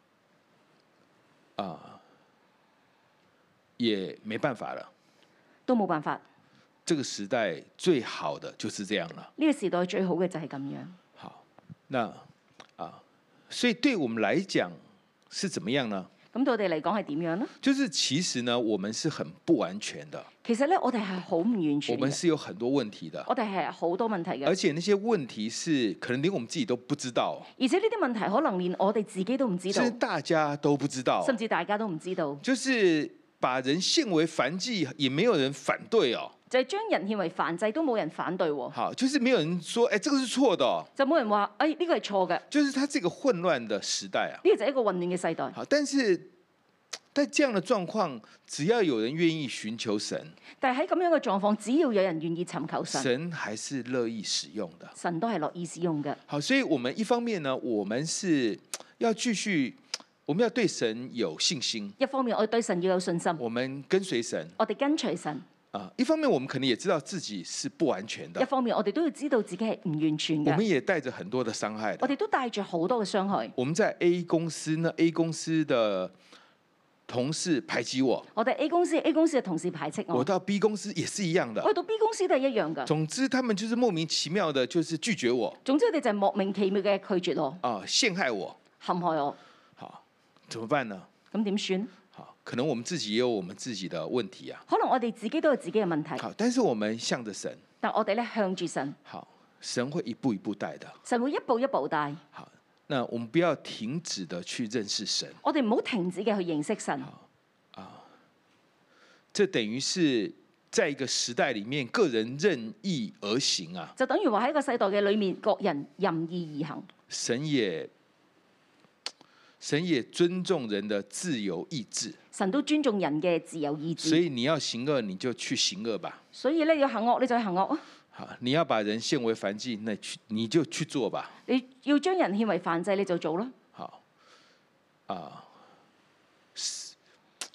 B: 也沒辦法了，
C: 都冇辦法。
B: 這個時代最好的就是這樣了。
C: 呢個時代最好嘅就係咁樣。
B: 好，那所以對我們來講是怎麼樣呢？
C: 咁對我哋嚟講係點樣呢？
B: 就是其實呢，我們是很不完全的。
C: 其實咧，我哋係好唔完全嘅。
B: 我們是有很多問題的。
C: 我哋係好多問題嘅。
B: 而且那些問題是可能連我們自己都不知道。
C: 而且呢啲問題可能連我哋自己都唔知道。
B: 甚至大家都不知道。
C: 甚至大家都唔知道。
B: 就是把人獻為燔祭，也沒有人反對哦。
C: 就係將人獻為燔祭都冇人反對喎。
B: 好，就是沒有人說，這個是錯的哦。
C: 就冇人話，呢個係錯嘅。
B: 就是他這個混亂的時代啊。
C: 呢個就係一個混亂嘅世代。
B: 好，但是在這樣的狀況，只要有人願意尋求神，
C: 但係喺咁樣嘅狀況，只要有人願意尋求神，
B: 神還是樂意使用的。
C: 神都係樂意使用嘅。
B: 好，所以我們一方面呢，我們是要繼續，我們要對神有信心。
C: 一方面，我對神要有信心。
B: 我們跟隨神。
C: 我哋跟隨神。
B: 一方面，我們可能也知道自己是不完全的。
C: 一方面，我哋都要知道自己係唔完全嘅。
B: 我們也帶着很多的傷害的。
C: 我哋都帶住好多嘅傷害。
B: 我們在 A 公司呢 ，A 公司的同事排擠我。
C: 我哋 A 公司嘅同事排斥我。
B: 我到 B 公司也是一樣的。
C: 我到 B 公司都係一樣㗎。
B: 總之，他們就是莫名其妙的，就是拒絕我。
C: 總之，佢哋就係莫名其妙嘅拒絕我。
B: 陷害我，
C: 陷害我。
B: 好，怎麼辦呢？
C: 咁點算？
B: 好，可能我們自己也有我們自己的問題啊。
C: 可能我哋自己都有自己嘅問題。
B: 好，但是我們向着神。
C: 但我哋咧向住神。
B: 好，神會一步一步帶的。
C: 神會一步一步帶。
B: 好，那我們不要停止的去認識神。
C: 我哋唔好停止嘅去認識神。
B: 這等於是在一個時代裡面，個人任意而行啊。
C: 就等於話喺一個世代嘅裡面，各人任意而行。
B: 神也尊重人的自由意志。
C: 神都尊重人嘅自由意志。
B: 所以你要行惡，你就去行惡吧。
C: 所以咧要行惡，你就去行惡啊。
B: 好，你要把人獻為燔祭，那你就去做吧。
C: 你要將人獻為燔祭，你就做啦。
B: 好，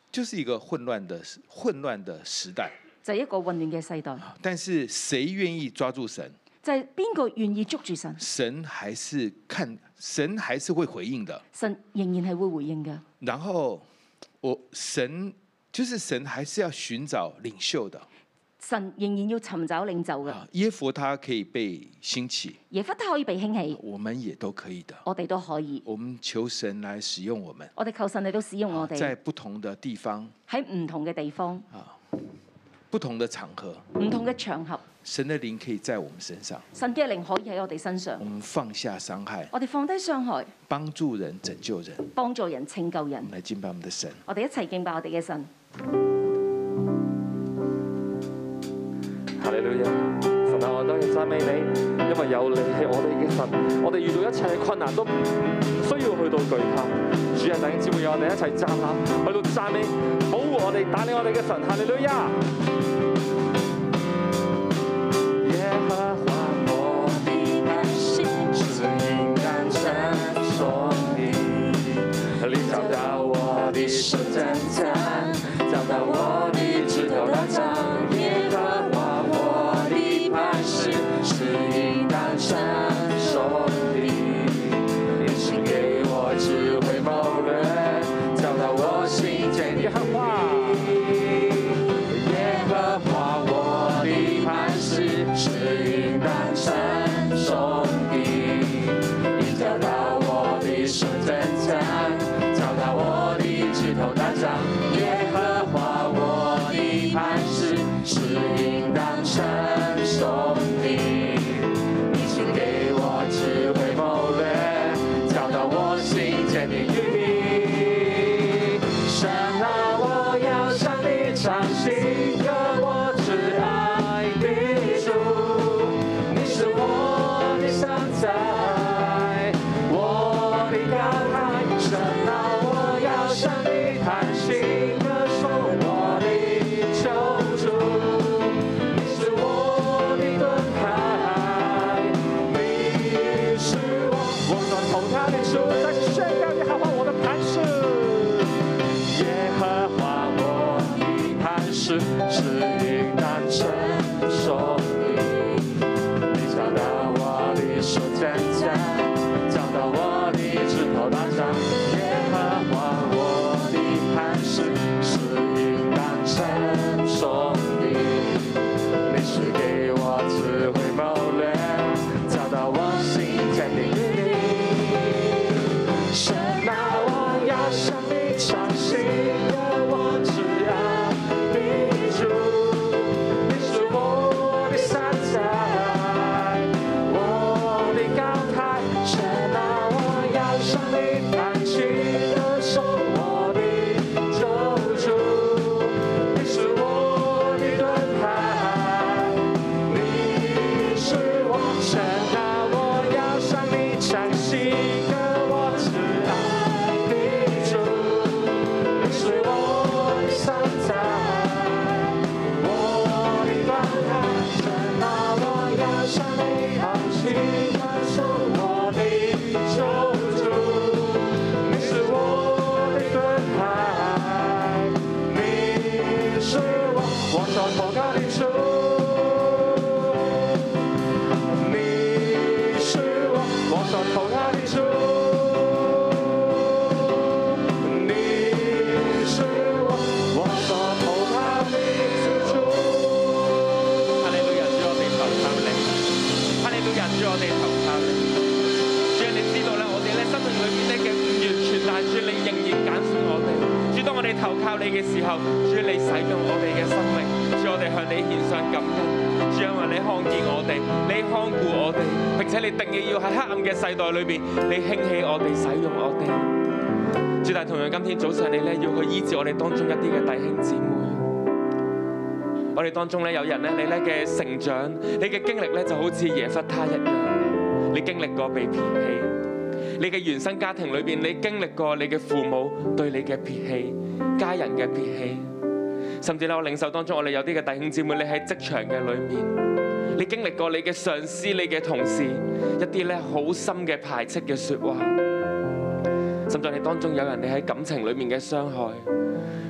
B: 就是一個混亂的時代，
C: 就係一個混亂嘅世代。
B: 但是誰願意抓住神？
C: 就係邊個願意捉住神？
B: 神還是會回應的。
C: 神仍然係會回應嘅。
B: 然後神還是要尋找領袖的。
C: 神仍然要尋找領袖嘅。
B: 耶弗他可以被興起，
C: 耶弗他可以被興起，
B: 我們也都可以的。
C: 我哋都可以。
B: 我們求神來使用我們。
C: 我哋求神嚟到使用我哋。
B: 在不同的地方，
C: 喺唔同嘅地方，
B: 不同的場合，
C: 唔同嘅場合，
B: 神的靈可以在我們身上。
C: 神嘅靈可以喺我哋身上。
B: 我們放下傷害，
C: 我哋放低傷害，
B: 幫助人、拯救人，
C: 幫助人、拯救人。
B: 我們來敬拜我們的神。
C: 我哋一齊敬拜我哋嘅神。
D: 哈利路亞！神啊，我當然讚美你，因為有你係我哋嘅神，我哋遇到一切嘅困難都唔需要去到懼怕。主啊，弟兄姊妹，我哋一齊站立，去到讚美、保護我哋、帶領我哋嘅神。哈利路亞！耶和華我的安息，是應當稱頌的。你找到我的手真強，找到我的指頭大杖。是應當稱頌的，你是給我智慧謀略，教導我行堅耶和華，耶和華我的磐石，是應當稱頌的，你教導我的手真強，教導我的指頭大杖，耶和華我的磐石，是應當稱頌的。世代裏邊，你興起我哋，使用我哋。主，但同樣今天早上你咧要去醫治我哋當中一啲嘅弟兄姊妹。我哋當中咧有人咧，你咧嘅成長，你嘅經歷咧就好似耶弗他一樣，你經歷過被撇棄，你嘅原生家庭裏邊，你經歷過你嘅父母對你嘅撇棄，家人嘅撇棄，甚至咧我領受當中我哋有啲嘅弟兄姊妹，你喺職場嘅裏面。你經歷過你嘅上司、你嘅同事一啲咧好深嘅排斥嘅説話，甚至你當中有人你喺感情裏面嘅傷害，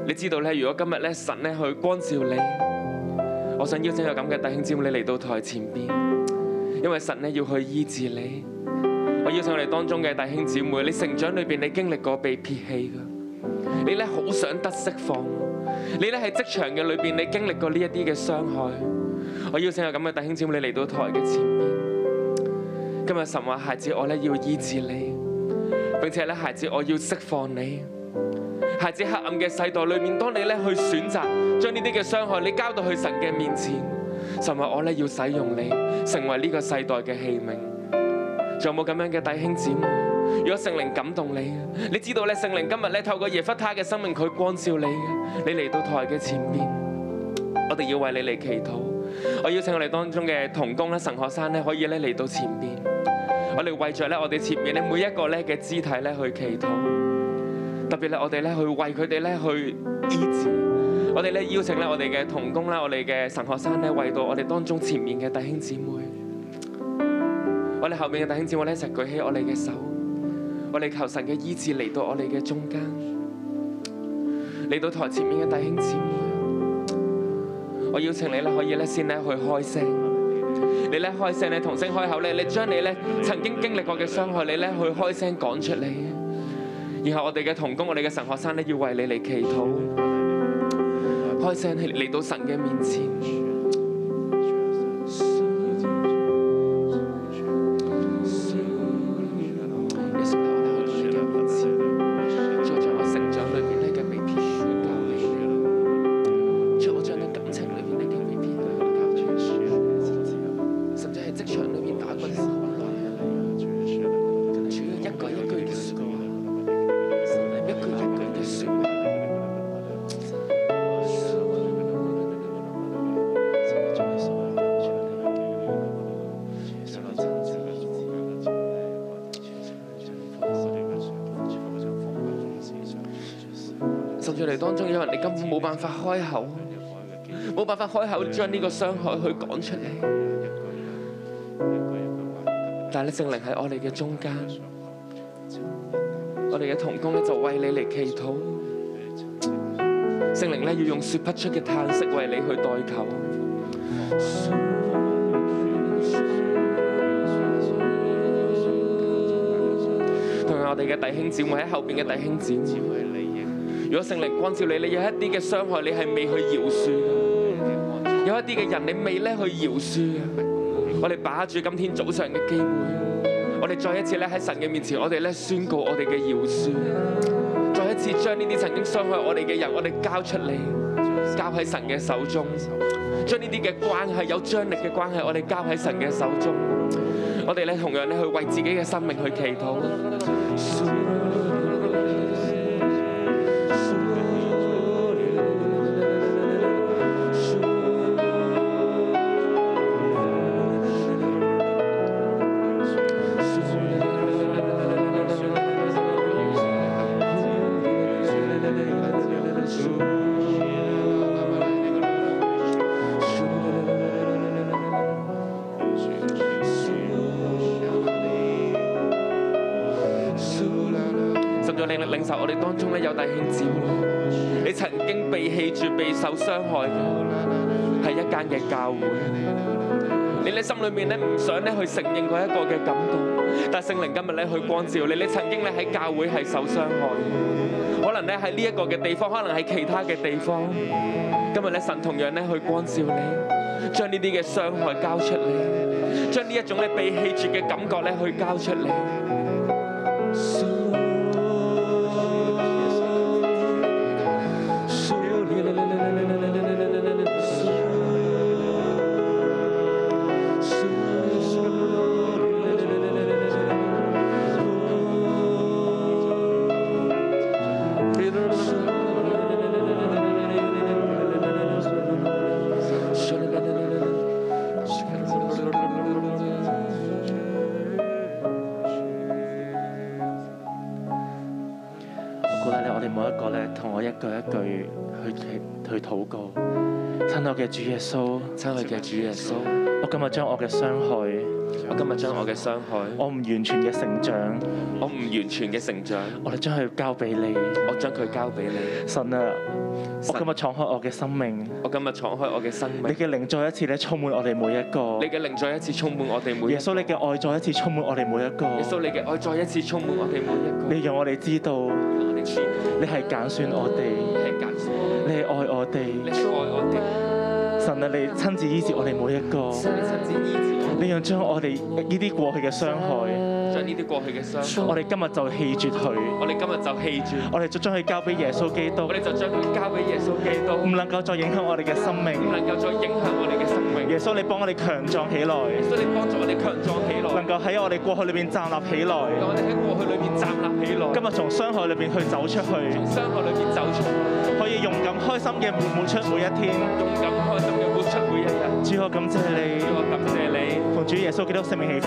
D: 你知道咧，如果今日咧神咧去光照你，我想邀請有咁嘅弟兄姊妹你嚟到台前邊，因為神咧要去醫治你。我邀請我哋當中嘅弟兄姊妹，你成長裏邊你經歷過被撇棄㗎，你咧好想得釋放，你咧喺職場嘅裏邊你經歷過呢一啲嘅傷害。我邀請有咁嘅弟兄姊妹你嚟到台嘅前邊。今日神話孩子，我咧要醫治你，並且咧孩子我要釋放你。孩子，黑暗嘅世代裏面，當你咧去選擇將呢啲嘅傷害你交到去神嘅面前，神話我咧要使用你，成為呢個世代嘅器皿。仲有冇咁樣嘅弟兄姊妹？如果聖靈感動你，你知道咧聖靈今日咧透過耶弗他嘅生命佢光照你嘅，你嚟到台嘅前邊，我哋要為你嚟祈禱。我邀請我哋當中嘅同工咧、神學生咧，可以咧嚟到前邊，我哋為着咧我哋前面咧每一個咧嘅肢體咧去祈禱。特別咧，我哋咧去為佢哋咧去醫治，我哋咧邀請咧我哋嘅同工啦，我哋嘅神學生咧為到我哋當中前面嘅弟兄姊妹，我哋後面嘅弟兄姊妹咧一齊舉起我哋嘅手，我哋求神嘅醫治嚟到我哋嘅中間，嚟到台前面嘅弟兄姊妹，我邀請你咧可以咧先咧去開聲，你咧開聲，你同聲開口咧，你將你咧曾經經歷過嘅傷害，你咧去開聲講出嚟。然後我哋嘅同工，我哋嘅神學生咧，要為你嚟祈禱，開聲嚟到神嘅面前。甚至嚟當中有人你根本冇辦法開口，冇辦法開口將呢個傷害去講出嚟。但係咧聖靈喺我哋嘅中間，我哋嘅同工咧就為你嚟祈禱。聖靈咧要用說不出嘅嘆息為你去代求。同埋我哋嘅弟兄姊妹喺後邊嘅弟兄姊妹。如果聖靈光照你，你有一啲嘅傷害，你係未去饒恕嘅；有一啲嘅人，你未咧去饒恕嘅。我哋把握住今天早上嘅機會，我哋再一次咧喺神嘅面前，我哋咧宣告我哋嘅饒恕，再一次將呢啲曾經傷害我哋嘅人，我哋交出嚟，交喺神嘅手中。將呢啲嘅關係有張力嘅關係，我哋交喺神嘅手中。我哋咧同樣咧去為自己嘅生命去祈禱。領受我哋當中咧有弟兄姊妹，你曾經被棄絕、被受傷害嘅係一間嘅教會，你喺心裏面咧唔想咧去承認嗰一個嘅感動，但聖靈今日咧去光照你，你曾經咧喺教會係受傷害，可能咧喺呢一個嘅地方，可能喺其他嘅地方，今日咧神同樣咧去光照你，將呢啲嘅傷害交出嚟，將呢一種咧被棄絕嘅感覺咧去交出嚟。去禱告，親愛嘅主耶穌，親愛嘅主耶穌，我今日將我嘅傷害我今日將我嘅傷害，
E: 我唔完全嘅成長，
D: 我唔完全嘅成長，
E: 我哋將佢交俾你。
D: 我將佢交俾你。
E: 神啊，我
D: 神
E: 今日敞開我嘅生命，
D: 我今日敞開我嘅生
E: 你
D: 命，
E: 嘅靈再一次咧充滿我哋每一個
D: 你。嘅靈再一次充滿我哋每一個。
E: 耶穌，你嘅愛再一次充滿我哋每一個。
D: 耶穌，你嘅愛再一次充滿我哋每一個。
E: 你讓我哋知道，
D: 讓我哋知道
E: 你係揀選我哋，
D: 你係揀選我哋，
E: 你係愛我哋。
D: 你係愛我哋。
E: 神啊，你親自醫治我哋每一個，
D: 你親自醫治我哋，
E: 你讓將我哋呢啲過去嘅傷害，
D: 將呢啲過去嘅傷害，
E: 我哋今日就棄絕佢，
D: 我哋今日就棄絕，
E: 我哋就將佢交俾耶穌基督
D: 我，哋就將佢交俾耶穌基督，
E: 唔能夠再影響我哋嘅生
D: 唔
E: 命。
D: 能夠再影響我哋嘅生命。
E: 耶穌，你幫我哋強壯起來，
D: 所以你幫助我哋強壯起來，
E: 能夠喺我哋過去裏邊站立起來，
D: 讓我哋喺過去裏面站立起來，
E: 今日從傷害裏邊去走出去，
D: 從傷害裏面走出來，
E: 可以勇敢開心嘅活出每一天。
D: 勇敢開心嘅活出每一日。
E: 主，我感謝你，
D: 主，我感謝你。
E: 奉主耶穌基督聖名祈求。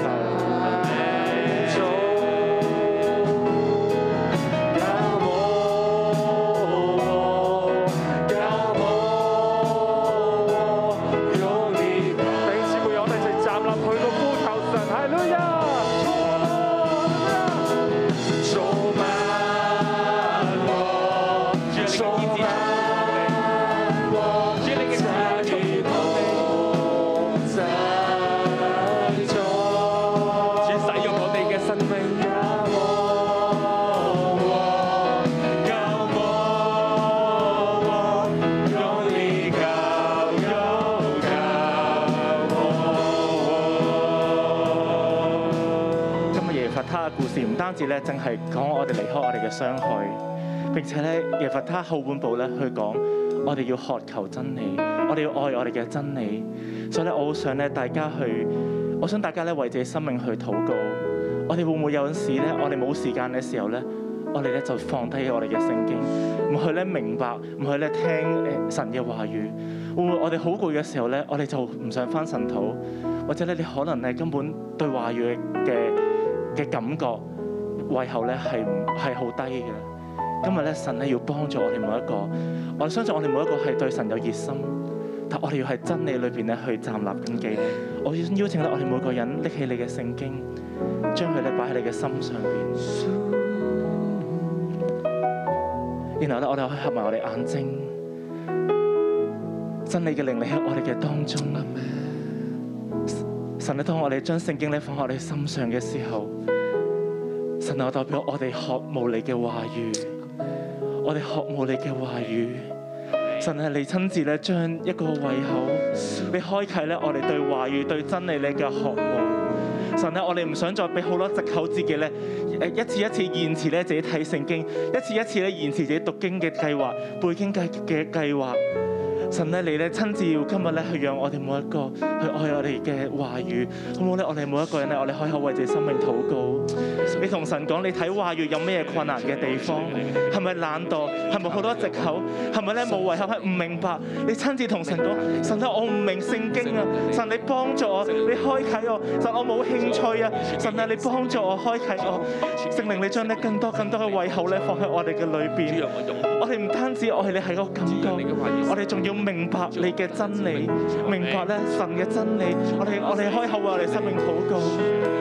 E: 唔單止咧，淨係講我哋離開我哋嘅傷害，並且咧，耶弗他後半部咧去講，我哋要渴求真理，我哋要愛我哋嘅真理。所以咧，我好想咧大家去，我想大家咧為自己生命去禱告。我哋會唔會有陣時咧，我哋冇時間嘅時候咧，我哋咧就放低我哋嘅聖經，唔去咧明白，唔去咧聽神嘅話語。會唔會我哋好攰嘅時候咧，我哋就唔想返神土，或者咧你可能咧根本對話語嘅感覺胃口咧係好低嘅。今日咧神咧要幫助我哋每一個，我相信我哋每一個係對神有熱心，但我哋要喺真理裏邊咧去站立根基。我要邀請咧我哋每個人拎起你嘅聖經，將佢咧擺喺你嘅心上邊，然後咧我哋可以合埋我哋眼睛，真理嘅靈力喺我哋嘅當中。神咧，當我哋將聖經咧放喺我哋心上嘅時候，神啊，代表我哋渴慕你嘅話語，我哋渴慕你嘅話語。神啊，你親自咧將一個胃口，你開啟咧我哋對話語、對真理你嘅渴慕。神啊，我哋唔想再俾好多藉口自己咧，一次一次延遲咧自己睇聖經，一次一次咧延遲自己讀經嘅計劃、背經嘅計劃。神咧，你咧親自要今日咧去讓我哋每一個去愛我哋嘅話語，好唔好咧？我哋每一個人咧，我哋開口為自己生命禱告。你同神講，你睇話語有咩困難嘅地方？係咪懶惰？係咪好多藉口？係咪咧冇胃口？係唔明白？你親自同神講，神啊，我唔明聖經啊！神，你幫助我，你開啟我。神，我冇興趣啊！神啊，你幫助我，開啟我。聖靈，你將咧更多嘅胃口咧放喺我哋嘅裏邊。我哋唔單止愛你係個感覺，我哋仲要明白你嘅真理，明白咧神嘅真理。我哋開口為我哋生命禱告。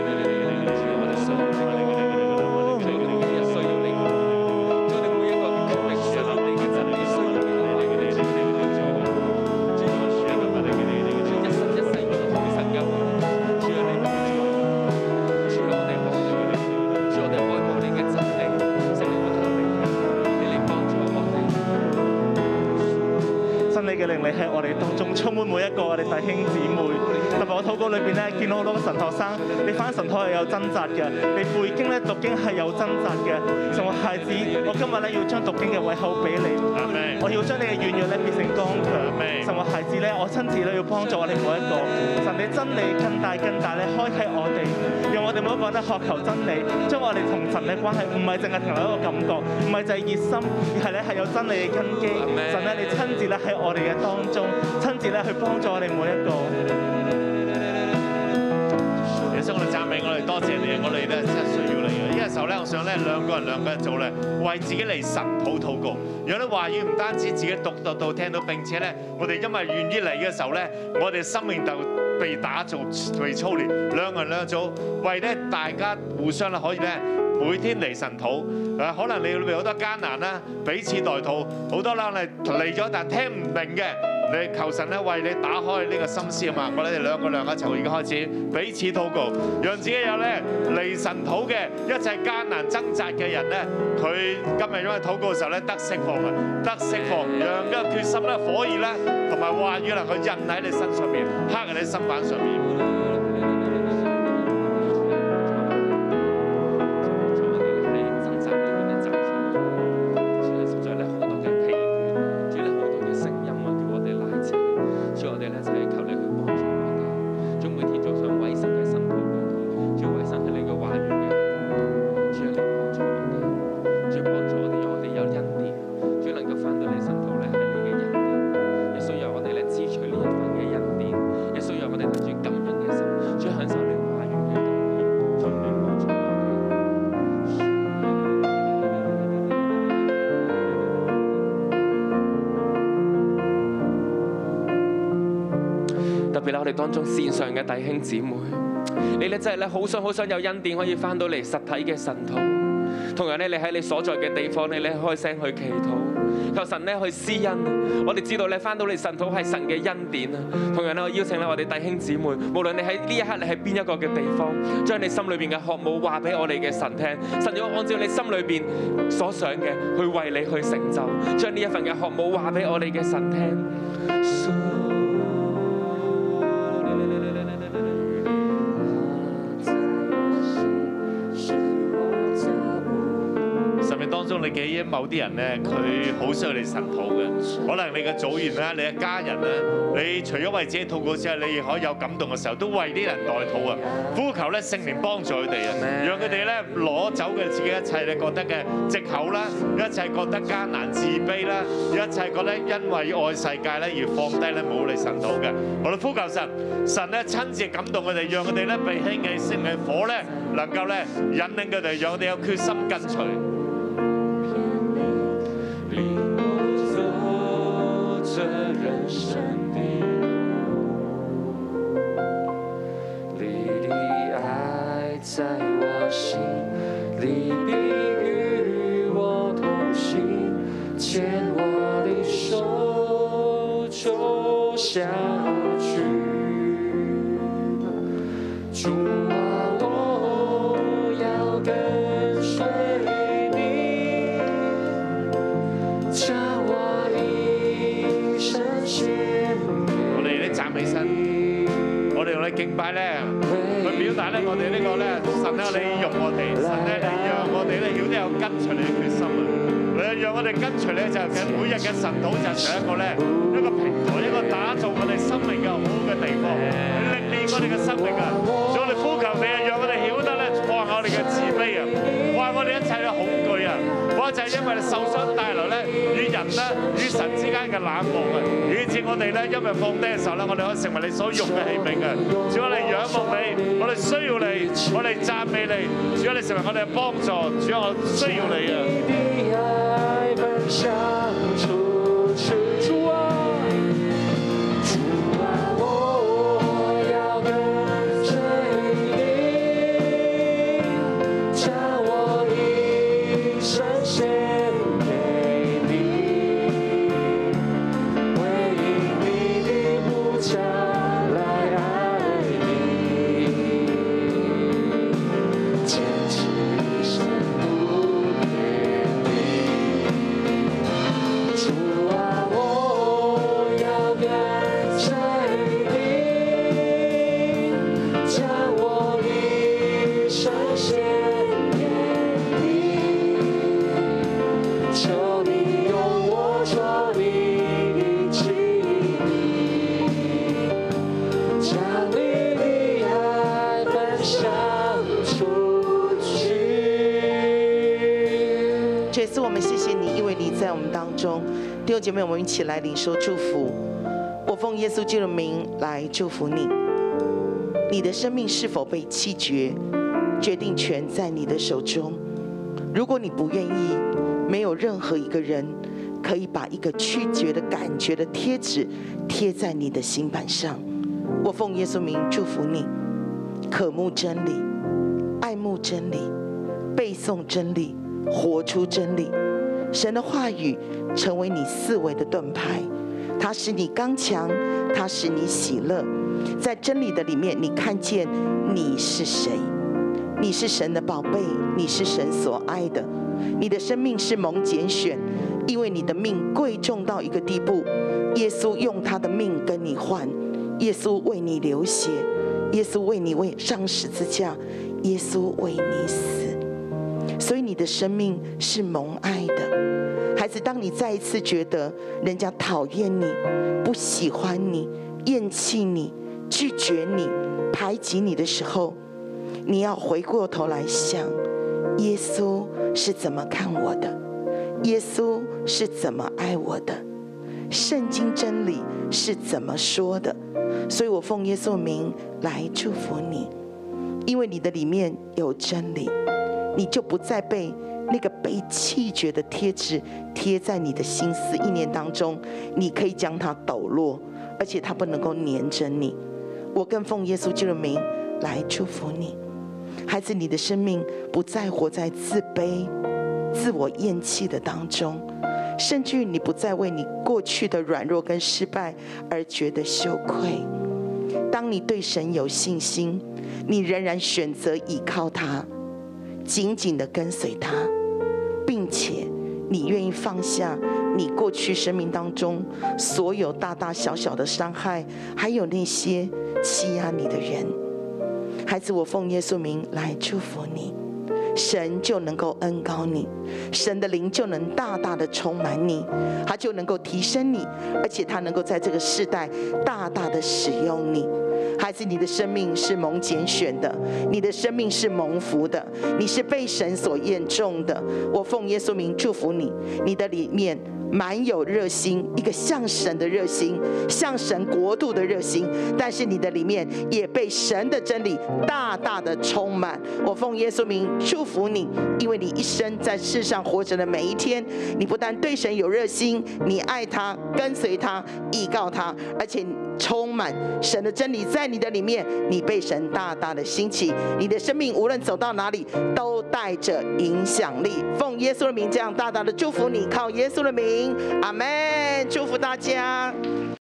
E: 嘅靈力喺我哋當中充滿每一個我哋弟兄姊妹，特別我禱告裏邊咧，見到好多神學生，你翻神台係有掙扎嘅，你背經咧讀經係有掙扎嘅。神話孩子，我今日咧要將讀經嘅胃口俾你，我要將你嘅軟弱咧變成剛強。神話孩子咧，我親自咧要幫助我哋每一個，神你真理更大咧開啟我哋，讓我哋每一個人咧渴求真理，將我哋同神嘅關係唔係淨係停留一個感覺，唔係就係熱心，而係咧係有真理嘅根基。神咧，你親自咧喺我哋嘅當中，親自咧去幫助我哋每一個。
F: 耶穌，我哋讚美，我哋多謝你，我哋咧真係需要你嘅。呢個時候咧，我想咧兩個人做咧，為自己嚟神禱告。如果啲話語唔單止自己讀到聽到，並且咧，我哋因為願意嚟嘅時候咧，我哋生命就被打造被操練，兩個人兩組，為咧大家互相咧可以咧每天嚟神討。可能你裏邊好多艱難啦，彼此代禱，好多啦你嚟咗但聽唔明嘅。你求神咧為你打開呢個心思啊嘛！我哋兩個一齊已經開始彼此禱告，讓自己有咧離神土嘅一切艱難掙扎嘅人咧，佢今日因為禱告嘅時候咧得釋放啊，得釋放，讓呢個決心咧火熱咧同埋話語能夠印喺你身上面，刻喺你心板上面。
D: 特別咧，我哋當中線上嘅弟兄姊妹，你咧真係咧好想有恩典可以翻到嚟實體嘅神土。同樣咧，你喺你所在嘅地方，你咧開聲去祈禱，求神咧去施恩。我哋知道咧翻到嚟神土係神嘅恩典啊。同樣咧，我邀請咧我哋弟兄姊妹，無論你喺呢一刻你喺邊一個嘅地方，將你心裏邊嘅渴慕話俾我哋嘅神聽，神要按照你心裏邊所想嘅去為你去成就，將呢一份嘅渴慕話俾我哋嘅神聽。你記憶某啲人咧，佢好需要你神禱嘅，可能你嘅組員啦、你嘅家人啦，你除咗為自己禱告之外，你亦可以有感動嘅時候，都為啲人代禱啊！呼求咧聖靈幫助佢哋啊，讓佢哋咧攞走佢自己一切你覺得嘅藉口啦，一切覺得艱難自卑啦，一切覺得因為愛世界咧而放低咧冇你神禱嘅，我哋呼求神，神咧親自感動佢哋，讓佢哋咧被興起聖靈火咧能夠咧引領佢哋，讓佢哋有決心跟隨。人生的路，你的愛在我心裡，必與我同行，牽我的手就下去。主啊，我要跟隨你，將我一生獻給你。我哋咧讚美神，我哋用你敬拜咧，去表達咧我哋呢個咧神啊，你用我哋，神咧你讓我哋咧曉得有跟隨你嘅決心啊！你讓我哋跟隨你就係每日嘅神禱就係一個咧一個平台，一個打造我哋生命嘅好嘅地方，去歷練我哋嘅生命啊！所以我哋呼求你啊，讓我哋曉得咧放下我哋嘅自卑啊，放下我哋一切嘅恐懼啊，或者係因為受傷帶來咧與人咧與神之間嘅冷漠啊，以致我哋咧因為放低嘅時候咧，我哋可以成為你所用嘅器皿啊！主我哋仰望你，我哋需要你，我哋讚美你，主你成為我哋嘅幫助，主我需要你啊！
G: 弟兄姐妹，我们一起来领受祝福。我奉耶稣基督的名来祝福你。你的生命是否被弃绝，决定权在你的手中。如果你不愿意，没有任何一个人可以把一个拒绝的感觉的贴纸贴在你的心板上。 我奉耶稣名祝福你，渴慕真理，爱慕真理，背诵真理，活出真理。神的话语成为你四维的盾牌，它使你刚强，它使你喜乐。在真理的里面，你看见你是谁，你是神的宝贝，你是神所爱的，你的生命是蒙拣选，因为你的命贵重到一个地步，耶稣用他的命跟你换，耶稣为你流血，耶稣为你上十字架，耶稣为你死，所以你的生命是蒙爱的。孩子，当你再一次觉得人家讨厌你、不喜欢你、厌弃你、拒绝你、排挤你的时候，你要回过头来想，耶稣是怎么看我的，耶稣是怎么爱我的，圣经真理是怎么说的。所以我奉耶稣的名来祝福你，因为你的里面有真理，你就不再被那个被弃绝的贴纸贴在你的心思意念当中，你可以将它抖落，而且它不能够黏着你。我更奉耶稣基督的名来祝福你，孩子，你的生命不再活在自卑、自我厌弃的当中，甚至于你不再为你过去的软弱跟失败而觉得羞愧。当你对神有信心，你仍然选择依靠他，紧紧地跟随他，并且你愿意放下你过去生命当中所有大大小小的伤害，还有那些欺压你的人。孩子，我奉耶稣名来祝福你，神就能够恩膏你，神的灵就能大大的充满你，他就能够提升你，而且他能够在这个世代大大的使用你。孩子，你的生命是蒙拣选的，你的生命是蒙福的，你是被神所验中的。我奉耶稣名祝福你，你的里面满有热心，一个向神的热心，向神国度的热心，但是你的里面也被神的真理大大的充满。我奉耶稣名祝福你，因为你一生在世上活着的每一天，你不但对神有热心，你爱他，跟随他，依靠他，而且充满神的真理在你的里面，你被神大大的兴起，你的生命无论走到哪里都带着影响力。奉耶稣的名这样大大的祝福你，靠耶稣的名，阿们。祝福大家。